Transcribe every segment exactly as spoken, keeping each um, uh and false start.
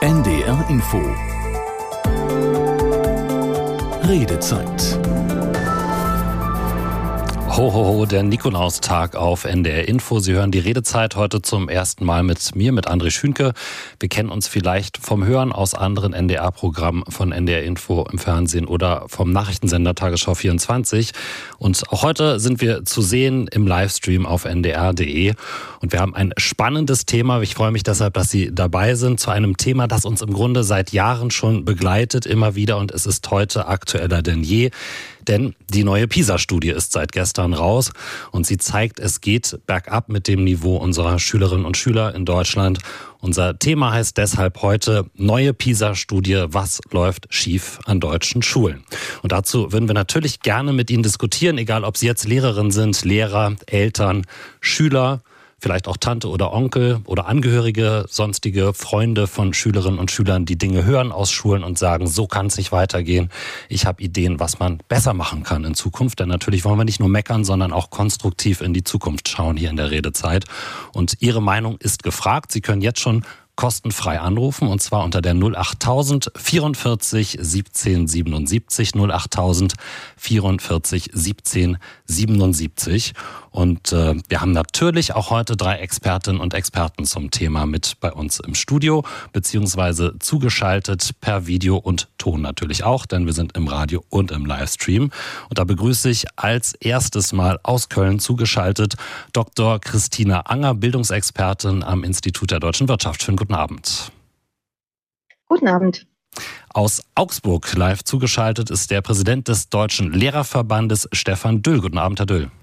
N D R Info. Redezeit. Ho, ho, ho, der Nikolaustag auf N D R Info. Sie hören die Redezeit heute zum ersten Mal mit mir, mit André Schünke. Wir kennen uns vielleicht vom Hören aus anderen N D R-Programmen von N D R Info im Fernsehen oder vom Nachrichtensender Tagesschau vierundzwanzig. Und auch heute sind wir zu sehen im Livestream auf N D R punkt de. Und wir haben ein spannendes Thema. Ich freue mich deshalb, dass Sie dabei sind, zu einem Thema, das uns im Grunde seit Jahren schon begleitet, immer wieder. Und es ist heute aktueller denn je. Denn die neue PISA-Studie ist seit gestern raus und sie zeigt, es geht bergab mit dem Niveau unserer Schülerinnen und Schüler in Deutschland. Unser Thema heißt deshalb heute neue PISA-Studie, was läuft schief an deutschen Schulen? Und dazu würden wir natürlich gerne mit Ihnen diskutieren, egal ob Sie jetzt Lehrerin sind, Lehrer, Eltern, Schüler, vielleicht auch Tante oder Onkel oder Angehörige, sonstige Freunde von Schülerinnen und Schülern, die Dinge hören aus Schulen und sagen, so kann es nicht weitergehen. Ich habe Ideen, was man besser machen kann in Zukunft. Denn natürlich wollen wir nicht nur meckern, sondern auch konstruktiv in die Zukunft schauen hier in der Redezeit. Und Ihre Meinung ist gefragt. Sie können jetzt schon kostenfrei anrufen und zwar unter der null achttausend vierundvierzig siebzehn siebenundsiebzig null achttausend vierundvierzig siebzehn siebenundsiebzig und äh, wir haben natürlich auch heute drei Expertinnen und Experten zum Thema mit bei uns im Studio beziehungsweise zugeschaltet per Video und Ton natürlich auch, denn wir sind im Radio und im Livestream und da begrüße ich als erstes Mal aus Köln zugeschaltet Doktor Christina Anger, Bildungsexpertin am Institut der Deutschen Wirtschaft. Schönen guten Abend. Guten Abend. Aus Augsburg live zugeschaltet ist der Präsident des Deutschen Lehrerverbandes, Stefan Düll. Guten Abend, Herr Düll.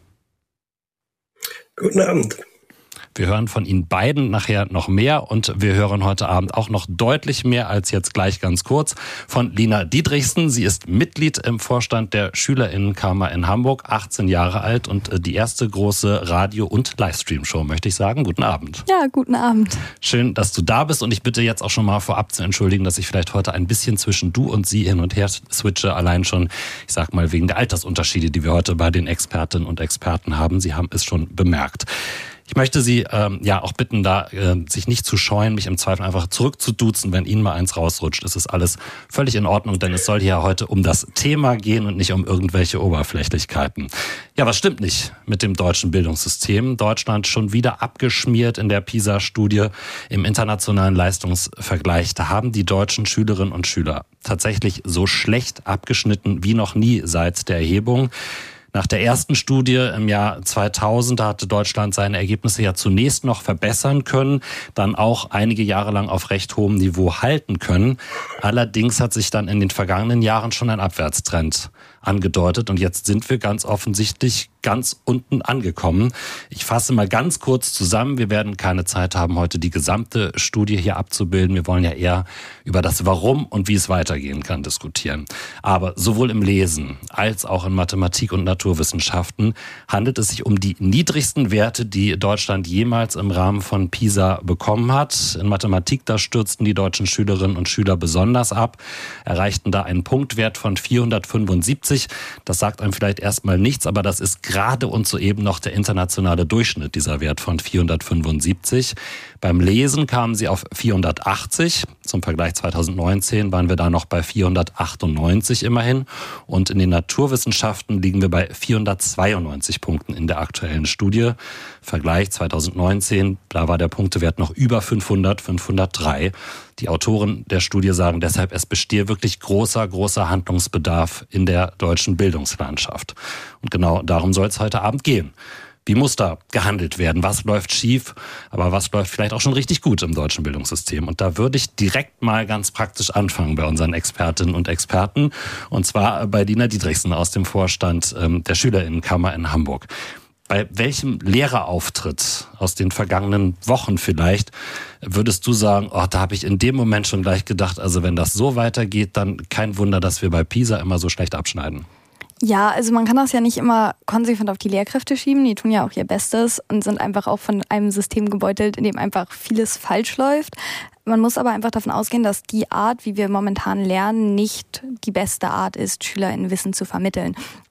Guten Abend. Wir hören von Ihnen beiden nachher noch mehr und wir hören heute Abend auch noch deutlich mehr als jetzt gleich ganz kurz von Lina Dietrichsen. Sie ist Mitglied im Vorstand der Schülerinnenkammer in Hamburg, achtzehn Jahre alt und die erste große Radio- und Livestream-Show, möchte ich sagen. Guten Abend. Ja, guten Abend. Schön, dass du da bist und ich bitte jetzt auch schon mal vorab zu entschuldigen, dass ich vielleicht heute ein bisschen zwischen du und sie hin und her switche, allein schon, ich sag mal, wegen der Altersunterschiede, die wir heute bei den Expertinnen und Experten haben. Sie haben es schon bemerkt. Ich möchte Sie ähm, ja auch bitten, da äh, sich nicht zu scheuen, mich im Zweifel einfach zurückzuduzen, wenn Ihnen mal eins rausrutscht. Es ist alles völlig in Ordnung, denn es soll hier heute um das Thema gehen und nicht um irgendwelche Oberflächlichkeiten. Ja, was stimmt nicht mit dem deutschen Bildungssystem? Deutschland schon wieder abgeschmiert in der PISA-Studie im internationalen Leistungsvergleich. Da haben die deutschen Schülerinnen und Schüler tatsächlich so schlecht abgeschnitten wie noch nie seit der Erhebung. Nach der ersten Studie im Jahr zweitausend, da hatte Deutschland seine Ergebnisse ja zunächst noch verbessern können, dann auch einige Jahre lang auf recht hohem Niveau halten können. Allerdings hat sich dann in den vergangenen Jahren schon ein Abwärtstrend angedeutet und jetzt sind wir ganz offensichtlich ganz unten angekommen. Ich fasse mal ganz kurz zusammen. Wir werden keine Zeit haben, heute die gesamte Studie hier abzubilden. Wir wollen ja eher über das Warum und wie es weitergehen kann diskutieren. Aber sowohl im Lesen als auch in Mathematik und Naturwissenschaften handelt es sich um die niedrigsten Werte, die Deutschland jemals im Rahmen von PISA bekommen hat. In Mathematik, da stürzten die deutschen Schülerinnen und Schüler besonders ab, erreichten da einen Punktwert von vierhundertfünfundsiebzig. Das sagt einem vielleicht erstmal nichts, aber das ist gerade und soeben noch der internationale Durchschnitt, dieser Wert von vierhundertfünfundsiebzig. Beim Lesen kamen sie auf vierhundertachtzig. Zum Vergleich zweitausendneunzehn waren wir da noch bei vierhundertachtundneunzig immerhin. Und in den Naturwissenschaften liegen wir bei vierhundertzweiundneunzig Punkten in der aktuellen Studie. Vergleich zweitausendneunzehn, da war der Punktewert noch über fünfhundert, fünfhundertdrei. Die Autoren der Studie sagen deshalb, es bestehe wirklich großer, großer Handlungsbedarf in der deutschen Bildungslandschaft. Und genau darum soll es heute Abend gehen. Wie muss da gehandelt werden? Was läuft schief? Aber was läuft vielleicht auch schon richtig gut im deutschen Bildungssystem? Und da würde ich direkt mal ganz praktisch anfangen bei unseren Expertinnen und Experten. Und zwar bei Lina Dietrichsen aus dem Vorstand der Schülerinnenkammer in Hamburg. Bei welchem Lehrerauftritt aus den vergangenen Wochen vielleicht würdest du sagen, oh, da habe ich in dem Moment schon gleich gedacht, also wenn das so weitergeht, dann kein Wunder, dass wir bei PISA immer so schlecht abschneiden? Ja, also man kann das ja nicht immer konsequent auf die Lehrkräfte schieben. Die tun ja auch ihr Bestes und sind einfach auch von einem System gebeutelt, in dem einfach vieles falsch läuft. Man muss aber einfach davon ausgehen, dass die Art, wie wir momentan lernen, nicht die beste Art ist, SchülerInnen Wissen zu vermitteln.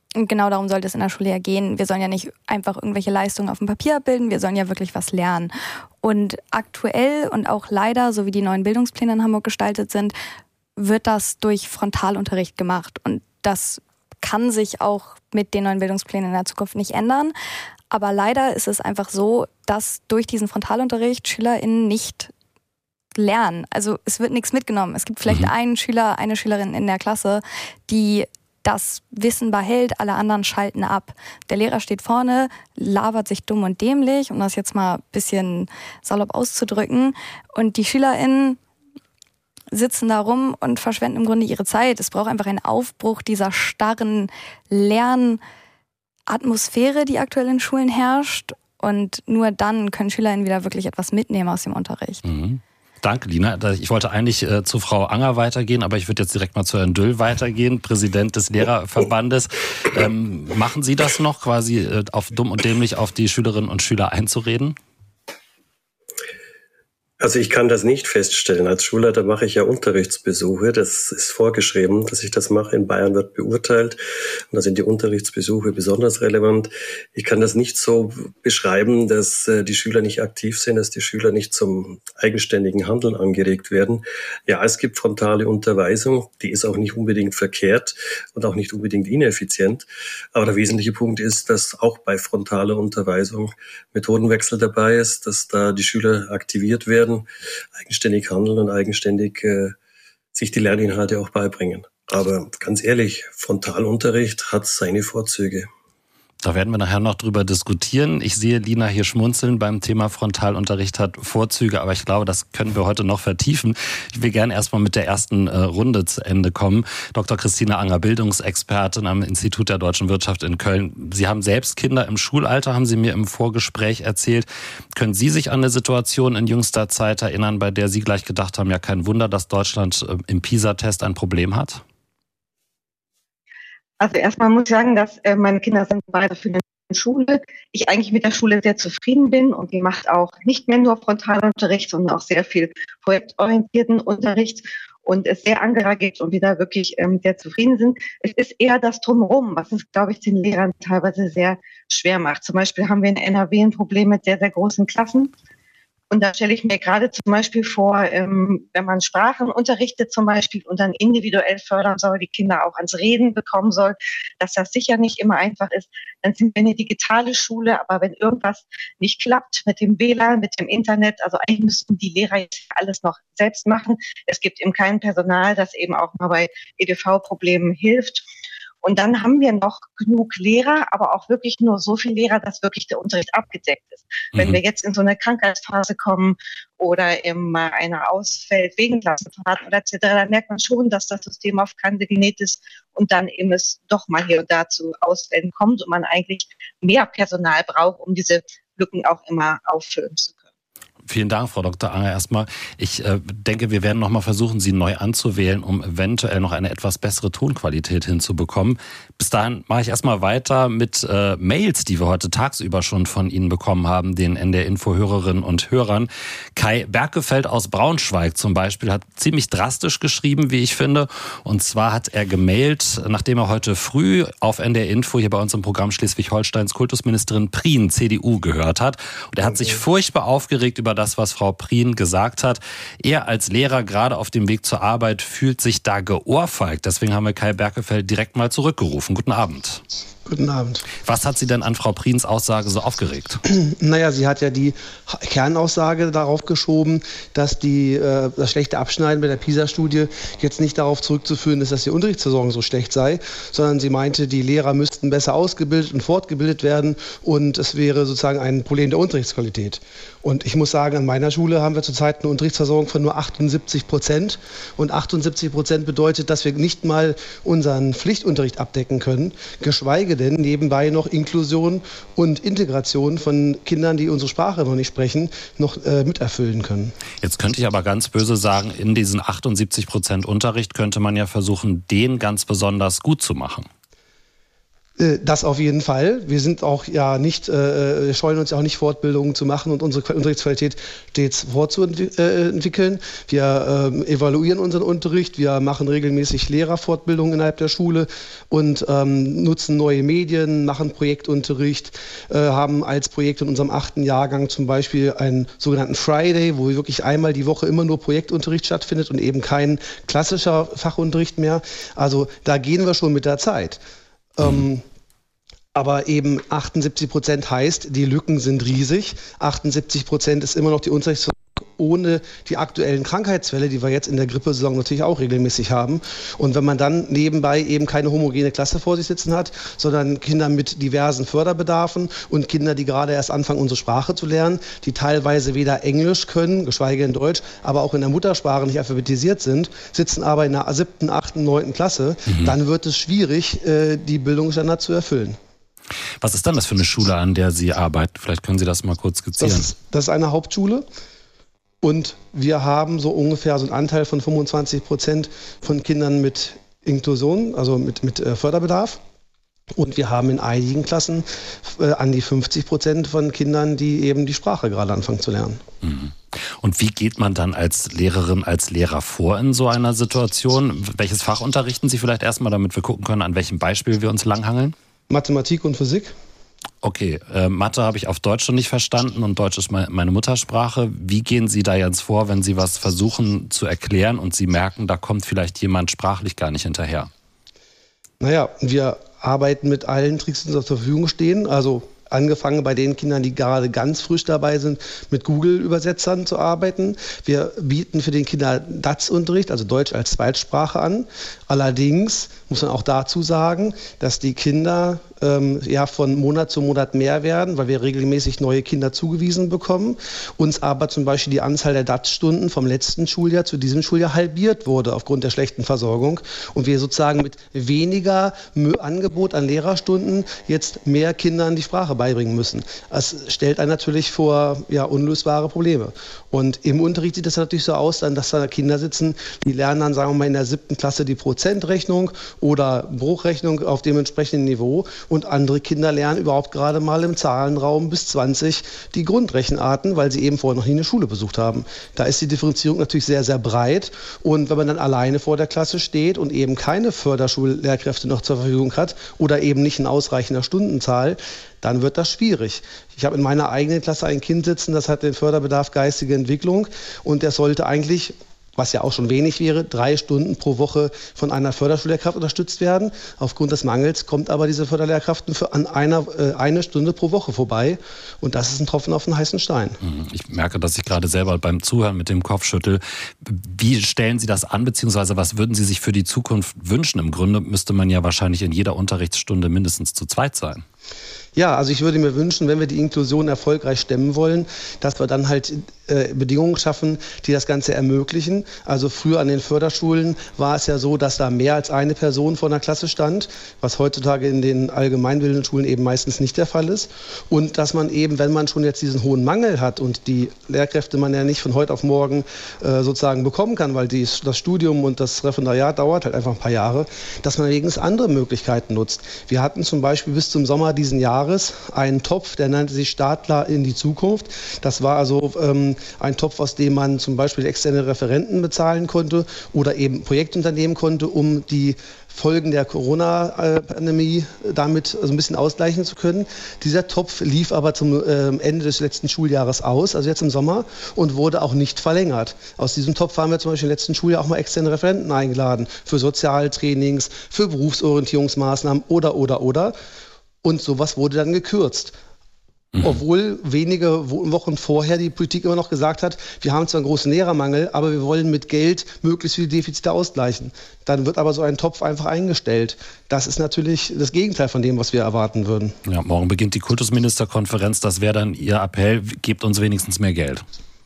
Und genau darum sollte es in der Schule ja gehen. Wir sollen ja nicht einfach irgendwelche Leistungen auf dem Papier abbilden, wir sollen ja wirklich was lernen. Und aktuell und auch leider, so wie die neuen Bildungspläne in Hamburg gestaltet sind, wird das durch Frontalunterricht gemacht. Und das kann sich auch mit den neuen Bildungsplänen in der Zukunft nicht ändern. Aber leider ist es einfach so, dass durch diesen Frontalunterricht SchülerInnen nicht lernen. Also es wird nichts mitgenommen. Es gibt vielleicht mhm. einen Schüler, eine Schülerin in der Klasse, die das Wissen behält, alle anderen schalten ab. Der Lehrer steht vorne, labert sich dumm und dämlich, um das jetzt mal ein bisschen salopp auszudrücken. Und die SchülerInnen sitzen da rum und verschwenden im Grunde ihre Zeit. Es braucht einfach einen Aufbruch dieser starren Lernatmosphäre, die aktuell in Schulen herrscht. Und nur dann können SchülerInnen wieder wirklich etwas mitnehmen aus dem Unterricht. Mhm. Danke, Lina. Ich wollte eigentlich äh, zu Frau Anger weitergehen, aber ich würde jetzt direkt mal zu Herrn Düll weitergehen, Präsident des Lehrerverbandes. Ähm, machen Sie das noch, quasi äh, auf dumm und dämlich auf die Schülerinnen und Schüler einzureden? Also ich kann das nicht feststellen. Als Schulleiter mache ich ja Unterrichtsbesuche. Das ist vorgeschrieben, dass ich das mache. In Bayern wird beurteilt. Und da sind die Unterrichtsbesuche besonders relevant. Ich kann das nicht so beschreiben, dass die Schüler nicht aktiv sind, dass die Schüler nicht zum eigenständigen Handeln angeregt werden. Ja, es gibt frontale Unterweisung. Die ist auch nicht unbedingt verkehrt und auch nicht unbedingt ineffizient. Aber der wesentliche Punkt ist, dass auch bei frontaler Unterweisung Methodenwechsel dabei ist, dass da die Schüler aktiviert werden, eigenständig handeln und eigenständig äh, sich die Lerninhalte auch beibringen. Aber ganz ehrlich, Frontalunterricht hat seine Vorzüge. Da werden wir nachher noch drüber diskutieren. Ich sehe Lina hier schmunzeln beim Thema Frontalunterricht hat Vorzüge, aber ich glaube, das können wir heute noch vertiefen. Ich will gerne erstmal mit der ersten äh, Runde zu Ende kommen. Doktor Christine Anger, Bildungsexpertin am Institut der Deutschen Wirtschaft in Köln. Sie haben selbst Kinder im Schulalter, haben Sie mir im Vorgespräch erzählt. Können Sie sich an eine Situation in jüngster Zeit erinnern, bei der Sie gleich gedacht haben, ja, kein Wunder, dass Deutschland äh, im PISA-Test ein Problem hat? Also erstmal muss ich sagen, dass äh, meine Kinder sind beide für eine Schule. Ich eigentlich mit der Schule sehr zufrieden bin und die macht auch nicht mehr nur Frontalunterricht, sondern auch sehr viel projektorientierten Unterricht und es sehr engagiert und wir da wirklich ähm, sehr zufrieden sind. Es ist eher das Drumherum, was es, glaube ich, den Lehrern teilweise sehr schwer macht. Zum Beispiel haben wir in N R W ein Problem mit sehr, sehr großen Klassen. Und da stelle ich mir gerade zum Beispiel vor, ähm, wenn man Sprachen unterrichtet zum Beispiel und dann individuell fördern soll, die Kinder auch ans Reden bekommen soll, dass das sicher nicht immer einfach ist. Dann sind wir eine digitale Schule, aber wenn irgendwas nicht klappt mit dem W L A N, mit dem Internet, also eigentlich müssten die Lehrer jetzt alles noch selbst machen. Es gibt eben kein Personal, das eben auch mal bei E D V-Problemen hilft. Und dann haben wir noch genug Lehrer, aber auch wirklich nur so viele Lehrer, dass wirklich der Unterricht abgedeckt ist. Mhm. Wenn wir jetzt in so eine Krankheitsphase kommen oder eben mal einer ausfällt wegen Klassenfahrt oder et cetera, dann merkt man schon, dass das System auf Kante genäht ist und dann eben es doch mal hier und da zu Ausfällen kommt und man eigentlich mehr Personal braucht, um diese Lücken auch immer auffüllen zu können. Vielen Dank, Frau Doktor Anger. Erstmal, ich äh, denke, wir werden noch mal versuchen, Sie neu anzuwählen, um eventuell noch eine etwas bessere Tonqualität hinzubekommen. Bis dahin mache ich erstmal weiter mit äh, Mails, die wir heute tagsüber schon von Ihnen bekommen haben, den N D R-Info-Hörerinnen und Hörern. Kai Berkefeld aus Braunschweig zum Beispiel hat ziemlich drastisch geschrieben, wie ich finde. Und zwar hat er gemailt, nachdem er heute früh auf N D R-Info hier bei uns im Programm Schleswig-Holsteins Kultusministerin Prien, C D U, gehört hat. Und er hat sich furchtbar aufgeregt über das, was Frau Prien gesagt hat. Er als Lehrer, gerade auf dem Weg zur Arbeit, fühlt sich da geohrfeigt. Deswegen haben wir Kai Berkefeld direkt mal zurückgerufen. Guten Abend. Guten Abend. Was hat Sie denn an Frau Priens Aussage so aufgeregt? Naja, sie hat ja die Kernaussage darauf geschoben, dass die, äh, das schlechte Abschneiden bei der PISA-Studie jetzt nicht darauf zurückzuführen ist, dass die Unterrichtsversorgung so schlecht sei, sondern sie meinte, die Lehrer müssten besser ausgebildet und fortgebildet werden und es wäre sozusagen ein Problem der Unterrichtsqualität. Und ich muss sagen, an meiner Schule haben wir zurzeit eine Unterrichtsversorgung von nur achtundsiebzig Prozent. Und achtundsiebzig Prozent bedeutet, dass wir nicht mal unseren Pflichtunterricht abdecken können, geschweige denn nebenbei noch Inklusion und Integration von Kindern, die unsere Sprache noch nicht sprechen, noch äh, miterfüllen können. Jetzt könnte ich aber ganz böse sagen, in diesen achtundsiebzig Prozent Unterricht könnte man ja versuchen, den ganz besonders gut zu machen. Das auf jeden Fall. Wir sind auch ja nicht, äh, wir scheuen uns ja auch nicht, Fortbildungen zu machen und unsere Unterrichtsqualität stets fortzuentwickeln. Wir äh, evaluieren unseren Unterricht, wir machen regelmäßig Lehrerfortbildungen innerhalb der Schule und ähm, nutzen neue Medien, machen Projektunterricht, äh, haben als Projekt in unserem achten Jahrgang zum Beispiel einen sogenannten Friday, wo wirklich einmal die Woche immer nur Projektunterricht stattfindet und eben kein klassischer Fachunterricht mehr. Also da gehen wir schon mit der Zeit. Mhm. Ähm, Aber eben achtundsiebzig Prozent heißt, die Lücken sind riesig. achtundsiebzig Prozent ist immer noch die Unterrichtsversorgung ohne die aktuellen Krankheitsfälle, die wir jetzt in der Grippesaison natürlich auch regelmäßig haben. Und wenn man dann nebenbei eben keine homogene Klasse vor sich sitzen hat, sondern Kinder mit diversen Förderbedarfen und Kinder, die gerade erst anfangen, unsere Sprache zu lernen, die teilweise weder Englisch können, geschweige denn Deutsch, aber auch in der Muttersprache nicht alphabetisiert sind, sitzen aber in der siebten, achten, neunten Klasse, mhm. dann wird es schwierig, die Bildungsstandards zu erfüllen. Was ist dann das für eine Schule, an der Sie arbeiten? Vielleicht können Sie das mal kurz skizzieren. Das ist, das ist eine Hauptschule und wir haben so ungefähr so einen Anteil von fünfundzwanzig Prozent von Kindern mit Inklusion, also mit, mit äh, Förderbedarf. Und wir haben in einigen Klassen äh, an die fünfzig Prozent von Kindern, die eben die Sprache gerade anfangen zu lernen. Und wie geht man dann als Lehrerin, als Lehrer vor in so einer Situation? Welches Fach unterrichten Sie vielleicht erstmal, damit wir gucken können, an welchem Beispiel wir uns langhangeln? Mathematik und Physik. Okay, äh, Mathe habe ich auf Deutsch schon nicht verstanden und Deutsch ist meine Muttersprache. Wie gehen Sie da jetzt vor, wenn Sie was versuchen zu erklären und Sie merken, da kommt vielleicht jemand sprachlich gar nicht hinterher? Naja, wir arbeiten mit allen Tricks, die uns zur Verfügung stehen. Also angefangen bei den Kindern, die gerade ganz frisch dabei sind, mit Google-Übersetzern zu arbeiten. Wir bieten für den Kinder D A Z-Unterricht, also Deutsch als Zweitsprache an. Allerdings muss man auch dazu sagen, dass die Kinder ähm, ja von Monat zu Monat mehr werden, weil wir regelmäßig neue Kinder zugewiesen bekommen. Uns aber zum Beispiel die Anzahl der D A Z-Stunden vom letzten Schuljahr zu diesem Schuljahr halbiert wurde aufgrund der schlechten Versorgung. Und wir sozusagen mit weniger Angebot an Lehrerstunden jetzt mehr Kindern die Sprache beibringen müssen. Das stellt einen natürlich vor ja, unlösbare Probleme. Und im Unterricht sieht es natürlich so aus, dann, dass da Kinder sitzen, die lernen dann, sagen wir mal, in der siebten Klasse die Prozentrechnung oder Bruchrechnung auf dem entsprechenden Niveau und andere Kinder lernen überhaupt gerade mal im Zahlenraum bis zwanzig die Grundrechenarten, weil sie eben vorher noch nie eine Schule besucht haben. Da ist die Differenzierung natürlich sehr, sehr breit und wenn man dann alleine vor der Klasse steht und eben keine Förderschullehrkräfte noch zur Verfügung hat oder eben nicht in ausreichender Stundenzahl, dann wird das schwierig. Ich habe in meiner eigenen Klasse ein Kind sitzen, das hat den Förderbedarf geistige Entwicklung und der sollte eigentlich, was ja auch schon wenig wäre, drei Stunden pro Woche von einer Förderschullehrkraft unterstützt werden. Aufgrund des Mangels kommt aber diese Förderlehrkraft für an einer äh, eine Stunde pro Woche vorbei und das ist ein Tropfen auf den heißen Stein. Ich merke, dass ich gerade selber beim Zuhören mit dem Kopf schüttel. Wie stellen Sie das an, beziehungsweise was würden Sie sich für die Zukunft wünschen? Im Grunde müsste man ja wahrscheinlich in jeder Unterrichtsstunde mindestens zu zweit sein. Ja, also ich würde mir wünschen, wenn wir die Inklusion erfolgreich stemmen wollen, dass wir dann halt äh, Bedingungen schaffen, die das Ganze ermöglichen. Also früher an den Förderschulen war es ja so, dass da mehr als eine Person vor einer Klasse stand, was heutzutage in den allgemeinbildenden Schulen eben meistens nicht der Fall ist. Und dass man eben, wenn man schon jetzt diesen hohen Mangel hat und die Lehrkräfte man ja nicht von heute auf morgen äh, sozusagen bekommen kann, weil die, das Studium und das Referendariat dauert halt einfach ein paar Jahre, dass man wenigstens andere Möglichkeiten nutzt. Wir hatten zum Beispiel bis zum Sommer diesen Jahres einen Topf, der nannte sich Startler in die Zukunft. Das war also ähm, ein Topf, aus dem man zum Beispiel externe Referenten bezahlen konnte oder eben Projektunternehmen konnte, um die Folgen der Corona-Pandemie damit so ein bisschen ausgleichen zu können. Dieser Topf lief aber zum äh, Ende des letzten Schuljahres aus, also jetzt im Sommer, und wurde auch nicht verlängert. Aus diesem Topf haben wir zum Beispiel im letzten Schuljahr auch mal externe Referenten eingeladen für Sozialtrainings, für Berufsorientierungsmaßnahmen oder, oder, oder. Und sowas wurde dann gekürzt. Mhm. Obwohl wenige Wochen vorher die Politik immer noch gesagt hat, wir haben zwar einen großen Lehrermangel, aber wir wollen mit Geld möglichst viele Defizite ausgleichen. Dann wird aber so ein Topf einfach eingestellt. Das ist natürlich das Gegenteil von dem, was wir erwarten würden. Ja, morgen beginnt die Kultusministerkonferenz. Das wäre dann Ihr Appell, gebt uns wenigstens mehr Geld.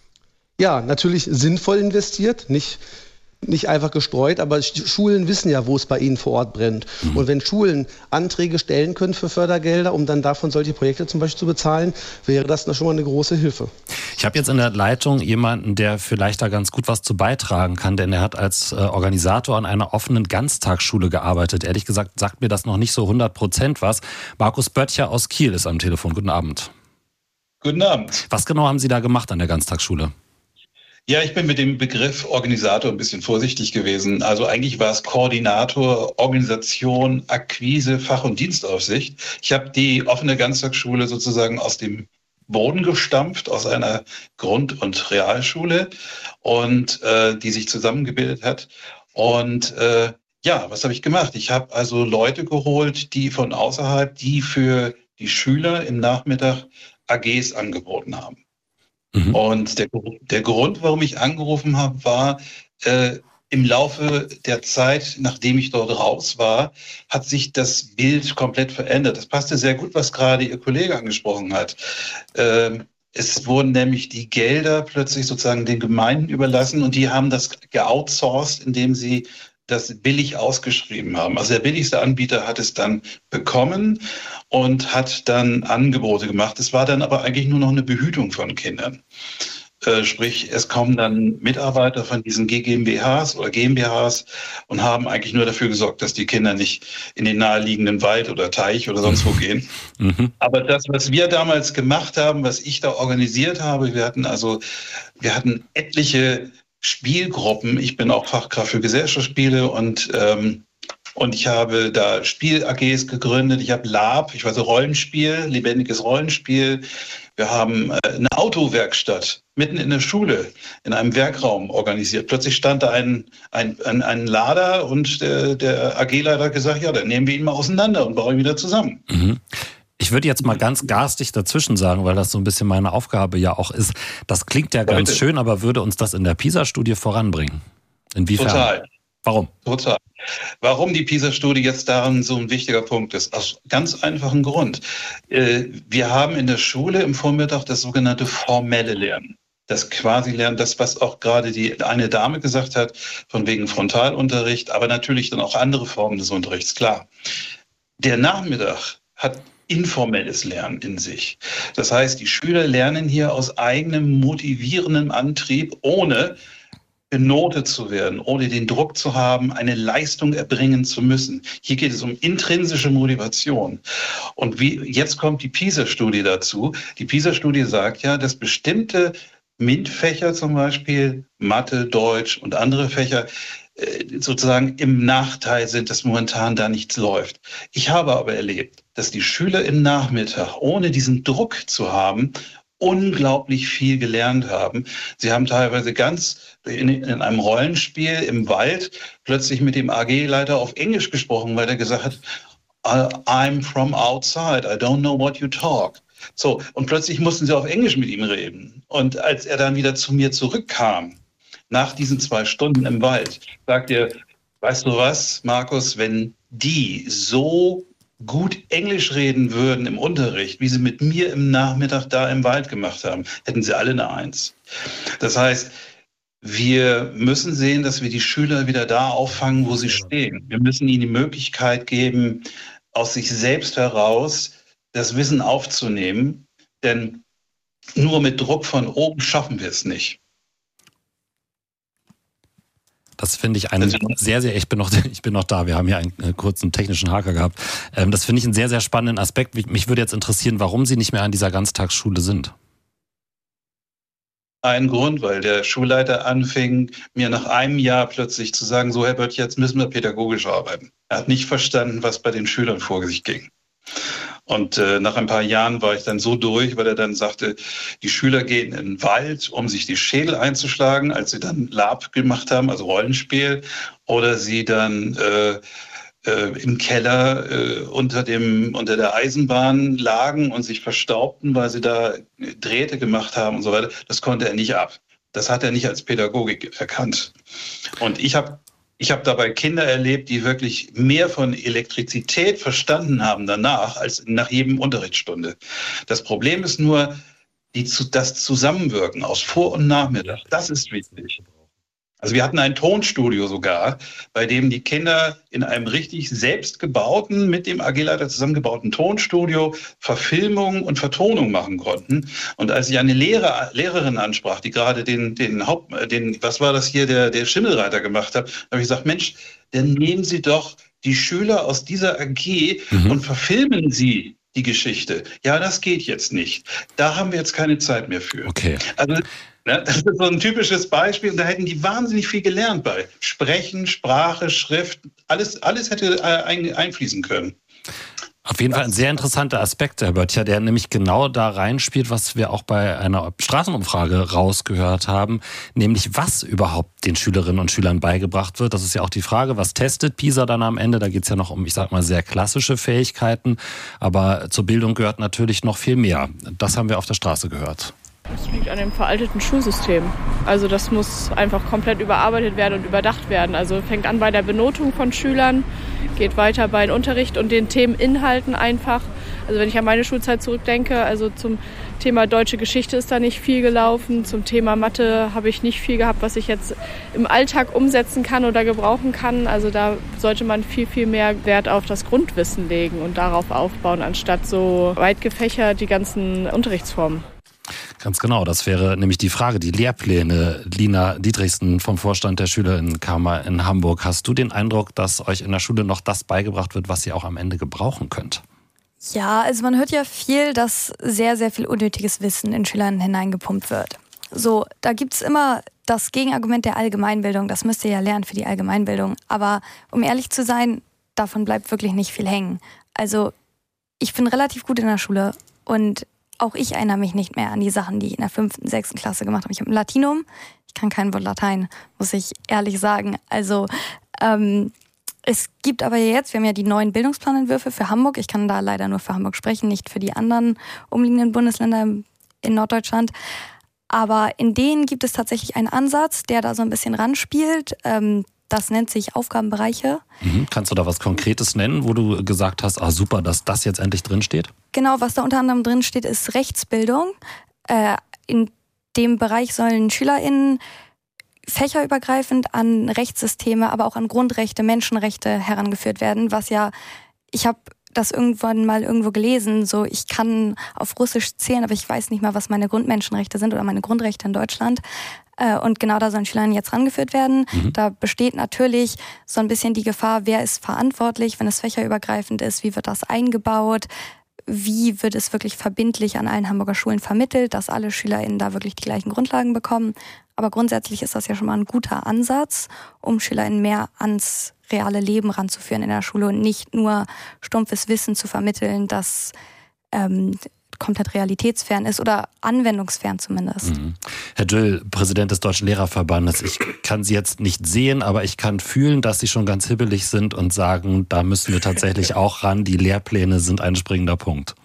Ja, natürlich sinnvoll investiert, nicht nicht einfach gestreut, aber Schulen wissen ja, wo es bei ihnen vor Ort brennt. Mhm. Und wenn Schulen Anträge stellen können für Fördergelder, um dann davon solche Projekte zum Beispiel zu bezahlen, wäre das schon mal eine große Hilfe. Ich Ich habe jetzt in der Leitung jemanden, der vielleicht da ganz gut was zu beitragen kann, denn er hat als äh, Organisator an einer offenen Ganztagsschule gearbeitet. Ehrlich gesagt sagt mir das noch nicht so hundert Prozent was. Markus Böttcher aus Kiel ist am Telefon. Guten Abend. Guten Abend. Was genau haben Sie da gemacht an der Ganztagsschule? Ja, ich bin mit dem Begriff Organisator ein bisschen vorsichtig gewesen. Also eigentlich war es Koordinator, Organisation, Akquise, Fach- und Dienstaufsicht. Ich habe die offene Ganztagsschule sozusagen aus dem Boden gestampft, aus einer Grund- und Realschule, und äh, die sich zusammengebildet hat. Und äh, ja, was habe ich gemacht? Ich habe also Leute geholt, die von außerhalb, die für die Schüler im Nachmittag A Gs angeboten haben. Mhm. Und der, der Grund, warum ich angerufen habe, war, äh, im Laufe der Zeit, nachdem ich dort raus war, hat sich das Bild komplett verändert. Das passte sehr gut, was gerade Ihr Kollege angesprochen hat. Ähm, es wurden nämlich die Gelder plötzlich sozusagen den Gemeinden überlassen und die haben das geoutsourced, indem sie das billig ausgeschrieben haben. Also der billigste Anbieter hat es dann bekommen und hat dann Angebote gemacht. Es war dann aber eigentlich nur noch eine Behütung von Kindern. Äh, sprich, es kommen dann Mitarbeiter von diesen G GmbHs oder GmbHs und haben eigentlich nur dafür gesorgt, dass die Kinder nicht in den naheliegenden Wald oder Teich oder sonst wo gehen. Mhm. Aber das, was wir damals gemacht haben, was ich da organisiert habe, wir hatten also, wir hatten etliche Spielgruppen. Ich bin auch Fachkraft für Gesellschaftsspiele und ähm, und ich habe da Spiel-A Gs gegründet. Ich habe Lab, ich weiß so Rollenspiel, lebendiges Rollenspiel. Wir haben äh, eine Autowerkstatt mitten in der Schule, in einem Werkraum organisiert. Plötzlich stand da ein, ein, ein, ein Lader und der, der A G-Leiter hat gesagt, ja, dann nehmen wir ihn mal auseinander und bauen ihn wieder zusammen. Mhm. Ich würde jetzt mal ganz garstig dazwischen sagen, weil das so ein bisschen meine Aufgabe ja auch ist. Das klingt ja ganz Bitte. schön, aber würde uns das in der PISA-Studie voranbringen? Inwiefern? Total. Warum? Total. Warum die PISA-Studie jetzt daran so ein wichtiger Punkt ist? Aus ganz einfachem Grund. Wir haben in der Schule im Vormittag das sogenannte formelle Lernen. Das quasi Lernen, das, was auch gerade die eine Dame gesagt hat, von wegen Frontalunterricht, aber natürlich dann auch andere Formen des Unterrichts, klar. Der Nachmittag hat informelles Lernen in sich. Das heißt, die Schüler lernen hier aus eigenem motivierendem Antrieb, ohne benotet zu werden, ohne den Druck zu haben, eine Leistung erbringen zu müssen. Hier geht es um intrinsische Motivation. Und wie, jetzt kommt die PISA-Studie dazu. Die PISA-Studie sagt ja, dass bestimmte MINT-Fächer zum Beispiel, Mathe, Deutsch und andere Fächer, sozusagen im Nachteil sind, dass momentan da nichts läuft. Ich habe aber erlebt, dass die Schüler im Nachmittag, ohne diesen Druck zu haben, unglaublich viel gelernt haben. Sie haben teilweise ganz in, in einem Rollenspiel im Wald plötzlich mit dem A G-Leiter auf Englisch gesprochen, weil er gesagt hat, I'm from outside, I don't know what you talk. So, und plötzlich mussten sie auf Englisch mit ihm reden. Und als er dann wieder zu mir zurückkam, nach diesen zwei Stunden im Wald, sagt er, weißt du was, Markus, wenn die so gut Englisch reden würden im Unterricht, wie sie mit mir im Nachmittag da im Wald gemacht haben, hätten sie alle eine Eins. Das heißt, wir müssen sehen, dass wir die Schüler wieder da auffangen, wo sie stehen. Wir müssen ihnen die Möglichkeit geben, aus sich selbst heraus das Wissen aufzunehmen, denn nur mit Druck von oben schaffen wir es nicht. Das finde ich einen sehr, sehr, ich bin noch, ich bin noch da, wir haben hier einen äh, kurzen technischen Haker gehabt. Ähm, das finde ich einen sehr, sehr spannenden Aspekt. Mich würde jetzt interessieren, warum Sie nicht mehr an dieser Ganztagsschule sind. Ein Grund, weil der Schulleiter anfing, mir nach einem Jahr plötzlich zu sagen, so Herr Böttcher, jetzt müssen wir pädagogisch arbeiten. Er hat nicht verstanden, was bei den Schülern vor sich ging. Und äh, nach ein paar Jahren war ich dann so durch, weil er dann sagte, die Schüler gehen in den Wald, um sich die Schädel einzuschlagen, als sie dann Lab gemacht haben, also Rollenspiel, oder sie dann äh, äh, im Keller äh, unter dem unter der Eisenbahn lagen und sich verstaubten, weil sie da Drähte gemacht haben und so weiter. Das konnte er nicht ab. Das hat er nicht als Pädagogik erkannt. Und ich habe Ich habe dabei Kinder erlebt, die wirklich mehr von Elektrizität verstanden haben danach, als nach jedem Unterrichtsstunde. Das Problem ist nur, die, das Zusammenwirken aus Vor- und Nachmittag, das ist wichtig. Also wir hatten ein Tonstudio sogar, bei dem die Kinder in einem richtig selbstgebauten, mit dem A G-Leiter zusammengebauten Tonstudio Verfilmung und Vertonung machen konnten. Und als ich eine Lehrer, Lehrerin ansprach, die gerade den, den Haupt, den, was war das hier, der, der Schimmelreiter gemacht hat, habe ich gesagt, Mensch, dann nehmen Sie doch die Schüler aus dieser A G mhm. und verfilmen Sie die Geschichte. Ja, das geht jetzt nicht. Da haben wir jetzt keine Zeit mehr für. Okay. Also, ne, das ist so ein typisches Beispiel. Und da hätten die wahnsinnig viel gelernt bei Sprechen, Sprache, Schrift. Alles, alles hätte ein, einfließen können. Auf jeden Fall ein sehr interessanter Aspekt, Herr Böttcher, der nämlich genau da reinspielt, was wir auch bei einer Straßenumfrage rausgehört haben, nämlich was überhaupt den Schülerinnen und Schülern beigebracht wird. Das ist ja auch die Frage, was testet PISA dann am Ende? Da geht es ja noch um, ich sag mal, sehr klassische Fähigkeiten, aber zur Bildung gehört natürlich noch viel mehr. Das haben wir auf der Straße gehört. Das liegt an dem veralteten Schulsystem. Also das muss einfach komplett überarbeitet werden und überdacht werden. Also fängt an bei der Benotung von Schülern, geht weiter bei dem Unterricht und den Themeninhalten einfach. Also wenn ich an meine Schulzeit zurückdenke, also zum Thema deutsche Geschichte ist da nicht viel gelaufen. Zum Thema Mathe habe ich nicht viel gehabt, was ich jetzt im Alltag umsetzen kann oder gebrauchen kann. Also da sollte man viel, viel mehr Wert auf das Grundwissen legen und darauf aufbauen, anstatt so weit gefächert die ganzen Unterrichtsformen. Ganz genau, das wäre nämlich die Frage, die Lehrpläne. Lina Dietrichsen vom Vorstand der Schülerinnenkammer in Hamburg. Hast du den Eindruck, dass euch in der Schule noch das beigebracht wird, was ihr auch am Ende gebrauchen könnt? Ja, also man hört ja viel, dass sehr, sehr viel unnötiges Wissen in Schülern hineingepumpt wird. So, da gibt's immer das Gegenargument der Allgemeinbildung. Das müsst ihr ja lernen für die Allgemeinbildung. Aber um ehrlich zu sein, davon bleibt wirklich nicht viel hängen. Also ich bin relativ gut in der Schule und auch ich erinnere mich nicht mehr an die Sachen, die ich in der fünften, sechsten Klasse gemacht habe. Ich habe ein Latinum, ich kann kein Wort Latein, muss ich ehrlich sagen. Also ähm, es gibt aber jetzt, wir haben ja die neuen Bildungsplanentwürfe für Hamburg. Ich kann da leider nur für Hamburg sprechen, nicht für die anderen umliegenden Bundesländer in Norddeutschland. Aber in denen gibt es tatsächlich einen Ansatz, der da so ein bisschen ranspielt. Ähm, Das nennt sich Aufgabenbereiche. Mhm. Kannst du da was Konkretes nennen, wo du gesagt hast, ah super, dass das jetzt endlich drin steht? Genau, was da unter anderem drin steht, ist Rechtsbildung. Äh, in dem Bereich sollen SchülerInnen fächerübergreifend an Rechtssysteme, aber auch an Grundrechte, Menschenrechte herangeführt werden, was ja, ich habe das irgendwann mal irgendwo gelesen, so ich kann auf Russisch zählen, aber ich weiß nicht mal, was meine Grundmenschenrechte sind oder meine Grundrechte in Deutschland. Und genau da sollen Schülerinnen jetzt rangeführt werden. Mhm. Da besteht natürlich so ein bisschen die Gefahr, wer ist verantwortlich, wenn es fächerübergreifend ist, wie wird das eingebaut, wie wird es wirklich verbindlich an allen Hamburger Schulen vermittelt, dass alle SchülerInnen da wirklich die gleichen Grundlagen bekommen. Aber grundsätzlich ist das ja schon mal ein guter Ansatz, um SchülerInnen mehr ans reale Leben ranzuführen in der Schule und nicht nur stumpfes Wissen zu vermitteln, das ähm, komplett realitätsfern ist oder anwendungsfern zumindest. Mhm. Herr Düll, Präsident des Deutschen Lehrerverbandes, ich kann Sie jetzt nicht sehen, aber ich kann fühlen, dass Sie schon ganz hibbelig sind und sagen, da müssen wir tatsächlich auch ran, die Lehrpläne sind ein springender Punkt.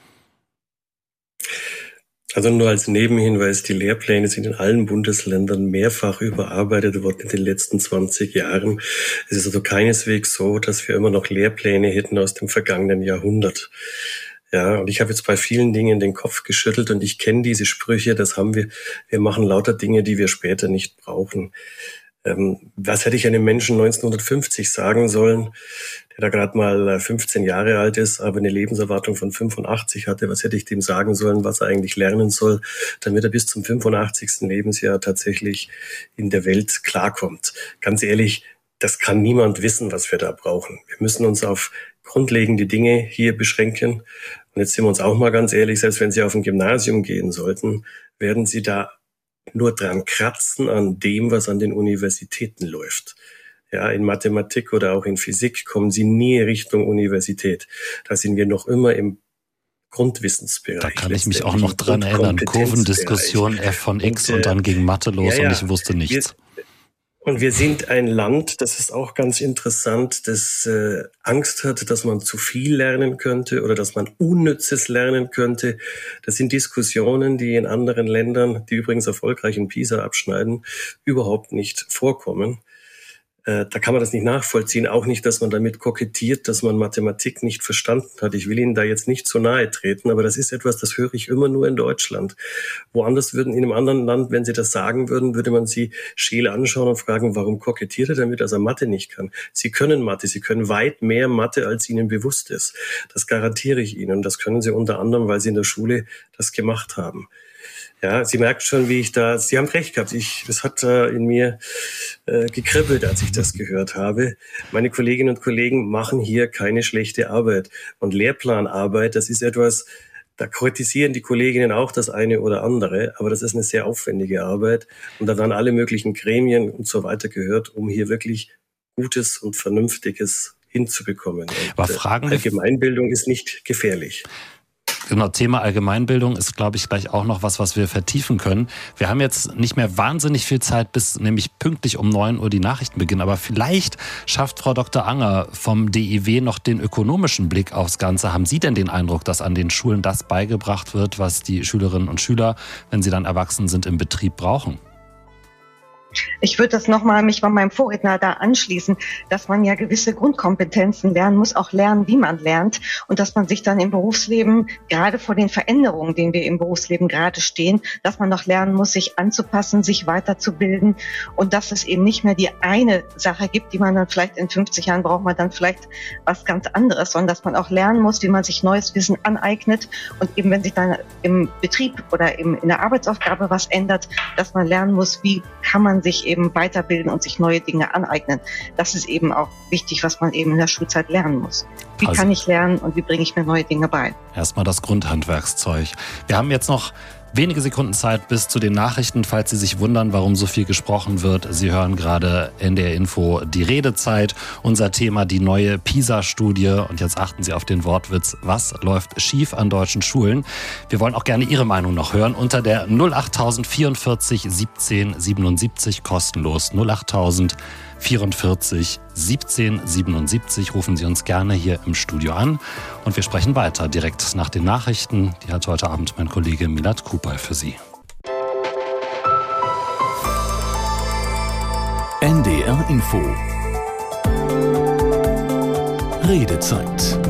Also nur als Nebenhinweis, die Lehrpläne sind in allen Bundesländern mehrfach überarbeitet worden in den letzten zwanzig Jahren. Es ist also keineswegs so, dass wir immer noch Lehrpläne hätten aus dem vergangenen Jahrhundert. Ja, und ich habe jetzt bei vielen Dingen den Kopf geschüttelt und ich kenne diese Sprüche, das haben wir, wir machen lauter Dinge, die wir später nicht brauchen. Ähm, was hätte ich einem Menschen neunzehnhundertfünfzig sagen sollen, der da gerade mal fünfzehn Jahre alt ist, aber eine Lebenserwartung von fünfundachtzig hatte? Was hätte ich dem sagen sollen, was er eigentlich lernen soll, damit er bis zum fünfundachtzigsten Lebensjahr tatsächlich in der Welt klarkommt? Ganz ehrlich, das kann niemand wissen, was wir da brauchen. Wir müssen uns auf grundlegende Dinge hier beschränken. Und jetzt sind wir uns auch mal ganz ehrlich, selbst wenn Sie auf ein Gymnasium gehen sollten, werden Sie da nur dran kratzen an dem, was an den Universitäten läuft. Ja, in Mathematik oder auch in Physik kommen Sie nie Richtung Universität. Da sind wir noch immer im Grundwissensbereich. Da kann ich mich auch noch dran erinnern. Kurvendiskussion, F von X und, äh, und dann ging Mathe los ja, ja. und ich wusste nichts. Wir, Und wir sind ein Land, das ist auch ganz interessant, das äh, Angst hat, dass man zu viel lernen könnte oder dass man Unnützes lernen könnte. Das sind Diskussionen, die in anderen Ländern, die übrigens erfolgreich in PISA abschneiden, überhaupt nicht vorkommen. äh, da kann man das nicht nachvollziehen. Auch nicht, dass man damit kokettiert, dass man Mathematik nicht verstanden hat. Ich will Ihnen da jetzt nicht zu nahe treten, aber das ist etwas, das höre ich immer nur in Deutschland. Woanders würden, in einem anderen Land, wenn Sie das sagen würden, würde man Sie scheel anschauen und fragen, warum kokettiert er damit, dass er Mathe nicht kann? Sie können Mathe, Sie können weit mehr Mathe, als Ihnen bewusst ist. Das garantiere ich Ihnen. Und das können Sie unter anderem, weil Sie in der Schule das gemacht haben. Ja, Sie merken schon, wie ich da, Sie haben recht gehabt. Ich, das hat äh, in mir äh, gekribbelt, als ich das gehört habe. Meine Kolleginnen und Kollegen machen hier keine schlechte Arbeit. Und Lehrplanarbeit, das ist etwas, da kritisieren die Kolleginnen auch das eine oder andere, aber das ist eine sehr aufwendige Arbeit. Und da werden alle möglichen Gremien und so weiter gehört, um hier wirklich Gutes und Vernünftiges hinzubekommen. Und, aber fragen äh, Allgemeinbildung ist nicht gefährlich. Genau, Thema Allgemeinbildung ist, glaube ich, gleich auch noch was, was wir vertiefen können. Wir haben jetzt nicht mehr wahnsinnig viel Zeit, bis nämlich pünktlich um neun Uhr die Nachrichten beginnen. Aber vielleicht schafft Frau Doktor Anger vom D I W noch den ökonomischen Blick aufs Ganze. Haben Sie denn den Eindruck, dass an den Schulen das beigebracht wird, was die Schülerinnen und Schüler, wenn sie dann erwachsen sind, im Betrieb brauchen? Ich würde das nochmal mich bei meinem Vorredner da anschließen, dass man ja gewisse Grundkompetenzen lernen muss, auch lernen, wie man lernt und dass man sich dann im Berufsleben, gerade vor den Veränderungen, denen wir im Berufsleben gerade stehen, dass man noch lernen muss, sich anzupassen, sich weiterzubilden und dass es eben nicht mehr die eine Sache gibt, die man dann vielleicht in fünfzig Jahren braucht man dann vielleicht was ganz anderes, sondern dass man auch lernen muss, wie man sich neues Wissen aneignet und eben wenn sich dann im Betrieb oder im, in der Arbeitsaufgabe was ändert, dass man lernen muss, wie kann man sich eben weiterbilden und sich neue Dinge aneignen. Das ist eben auch wichtig, was man eben in der Schulzeit lernen muss. Wie also, kann ich lernen und wie bringe ich mir neue Dinge bei? Erstmal das Grundhandwerkszeug. Wir haben jetzt noch wenige Sekunden Zeit bis zu den Nachrichten, falls Sie sich wundern, warum so viel gesprochen wird. Sie hören gerade N D R Info die Redezeit. Unser Thema die neue PISA-Studie. Und jetzt achten Sie auf den Wortwitz. Was läuft schief an deutschen Schulen? Wir wollen auch gerne Ihre Meinung noch hören. Unter der null acht vierundvierzig siebzehn siebenundsiebzig kostenlos. null acht vierundvierzig siebzehn siebenundsiebzig rufen Sie uns gerne hier im Studio an und wir sprechen weiter direkt nach den Nachrichten. Die hat heute Abend mein Kollege Milad Kupay für Sie. N D R Info Redezeit.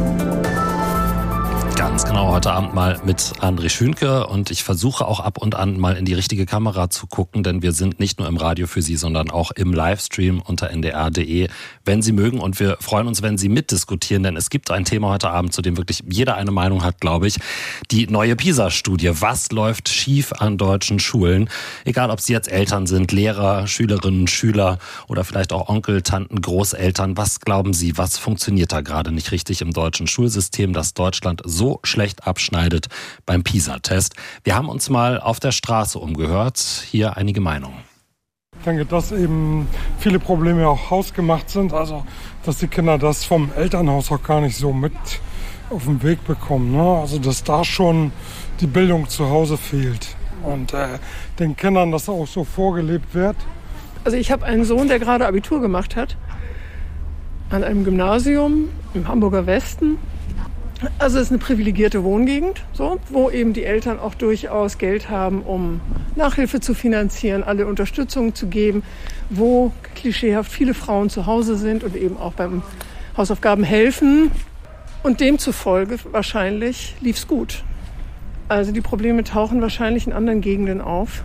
Ganz genau, heute Abend mal mit André Schünke und ich versuche auch ab und an mal in die richtige Kamera zu gucken, denn wir sind nicht nur im Radio für Sie, sondern auch im Livestream unter n d r punkt d e, wenn Sie mögen und wir freuen uns, wenn Sie mitdiskutieren, denn es gibt ein Thema heute Abend, zu dem wirklich jeder eine Meinung hat, glaube ich, die neue PISA-Studie. Was läuft schief an deutschen Schulen? Egal, ob Sie jetzt Eltern sind, Lehrer, Schülerinnen, Schüler oder vielleicht auch Onkel, Tanten, Großeltern, was glauben Sie, was funktioniert da gerade nicht richtig im deutschen Schulsystem, dass Deutschland so schlecht abschneidet beim PISA-Test. Wir haben uns mal auf der Straße umgehört. Hier einige Meinungen. Ich denke, dass eben viele Probleme auch hausgemacht sind. Also, dass die Kinder das vom Elternhaus auch gar nicht so mit auf den Weg bekommen. Ne? Also, dass da schon die Bildung zu Hause fehlt. Und äh, den Kindern das auch so vorgelebt wird. Also, ich habe einen Sohn, der gerade Abitur gemacht hat. An einem Gymnasium im Hamburger Westen. Also es ist eine privilegierte Wohngegend, so, wo eben die Eltern auch durchaus Geld haben, um Nachhilfe zu finanzieren, alle Unterstützung zu geben, wo klischeehaft viele Frauen zu Hause sind und eben auch beim Hausaufgaben helfen. Und demzufolge wahrscheinlich lief's gut. Also die Probleme tauchen wahrscheinlich in anderen Gegenden auf,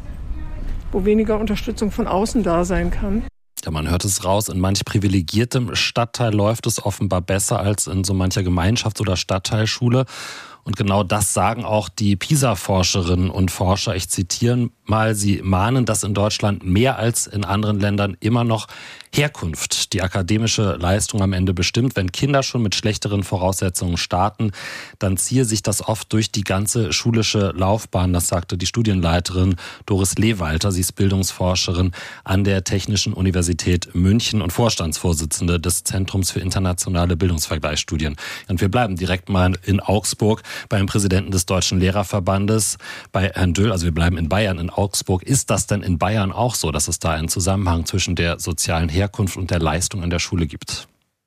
wo weniger Unterstützung von außen da sein kann. Ja, man hört es raus, in manch privilegiertem Stadtteil läuft es offenbar besser als in so mancher Gemeinschafts- oder Stadtteilschule. Und genau das sagen auch die PISA-Forscherinnen und Forscher. Ich zitiere mal, sie mahnen, dass in Deutschland mehr als in anderen Ländern immer noch Herkunft die akademische Leistung am Ende bestimmt. Wenn Kinder schon mit schlechteren Voraussetzungen starten, dann ziehe sich das oft durch die ganze schulische Laufbahn. Das sagte die Studienleiterin Doris Lehwalter. Sie ist Bildungsforscherin an der Technischen Universität München und Vorstandsvorsitzende des Zentrums für internationale Bildungsvergleichsstudien. Und wir bleiben direkt mal in Augsburg beim Präsidenten des Deutschen Lehrerverbandes, bei Herrn Döll. Also wir bleiben in Bayern, in Augsburg. Ist das denn in Bayern auch so, dass es da einen Zusammenhang zwischen der sozialen Herkunft und der Leistung an der Schule gibt?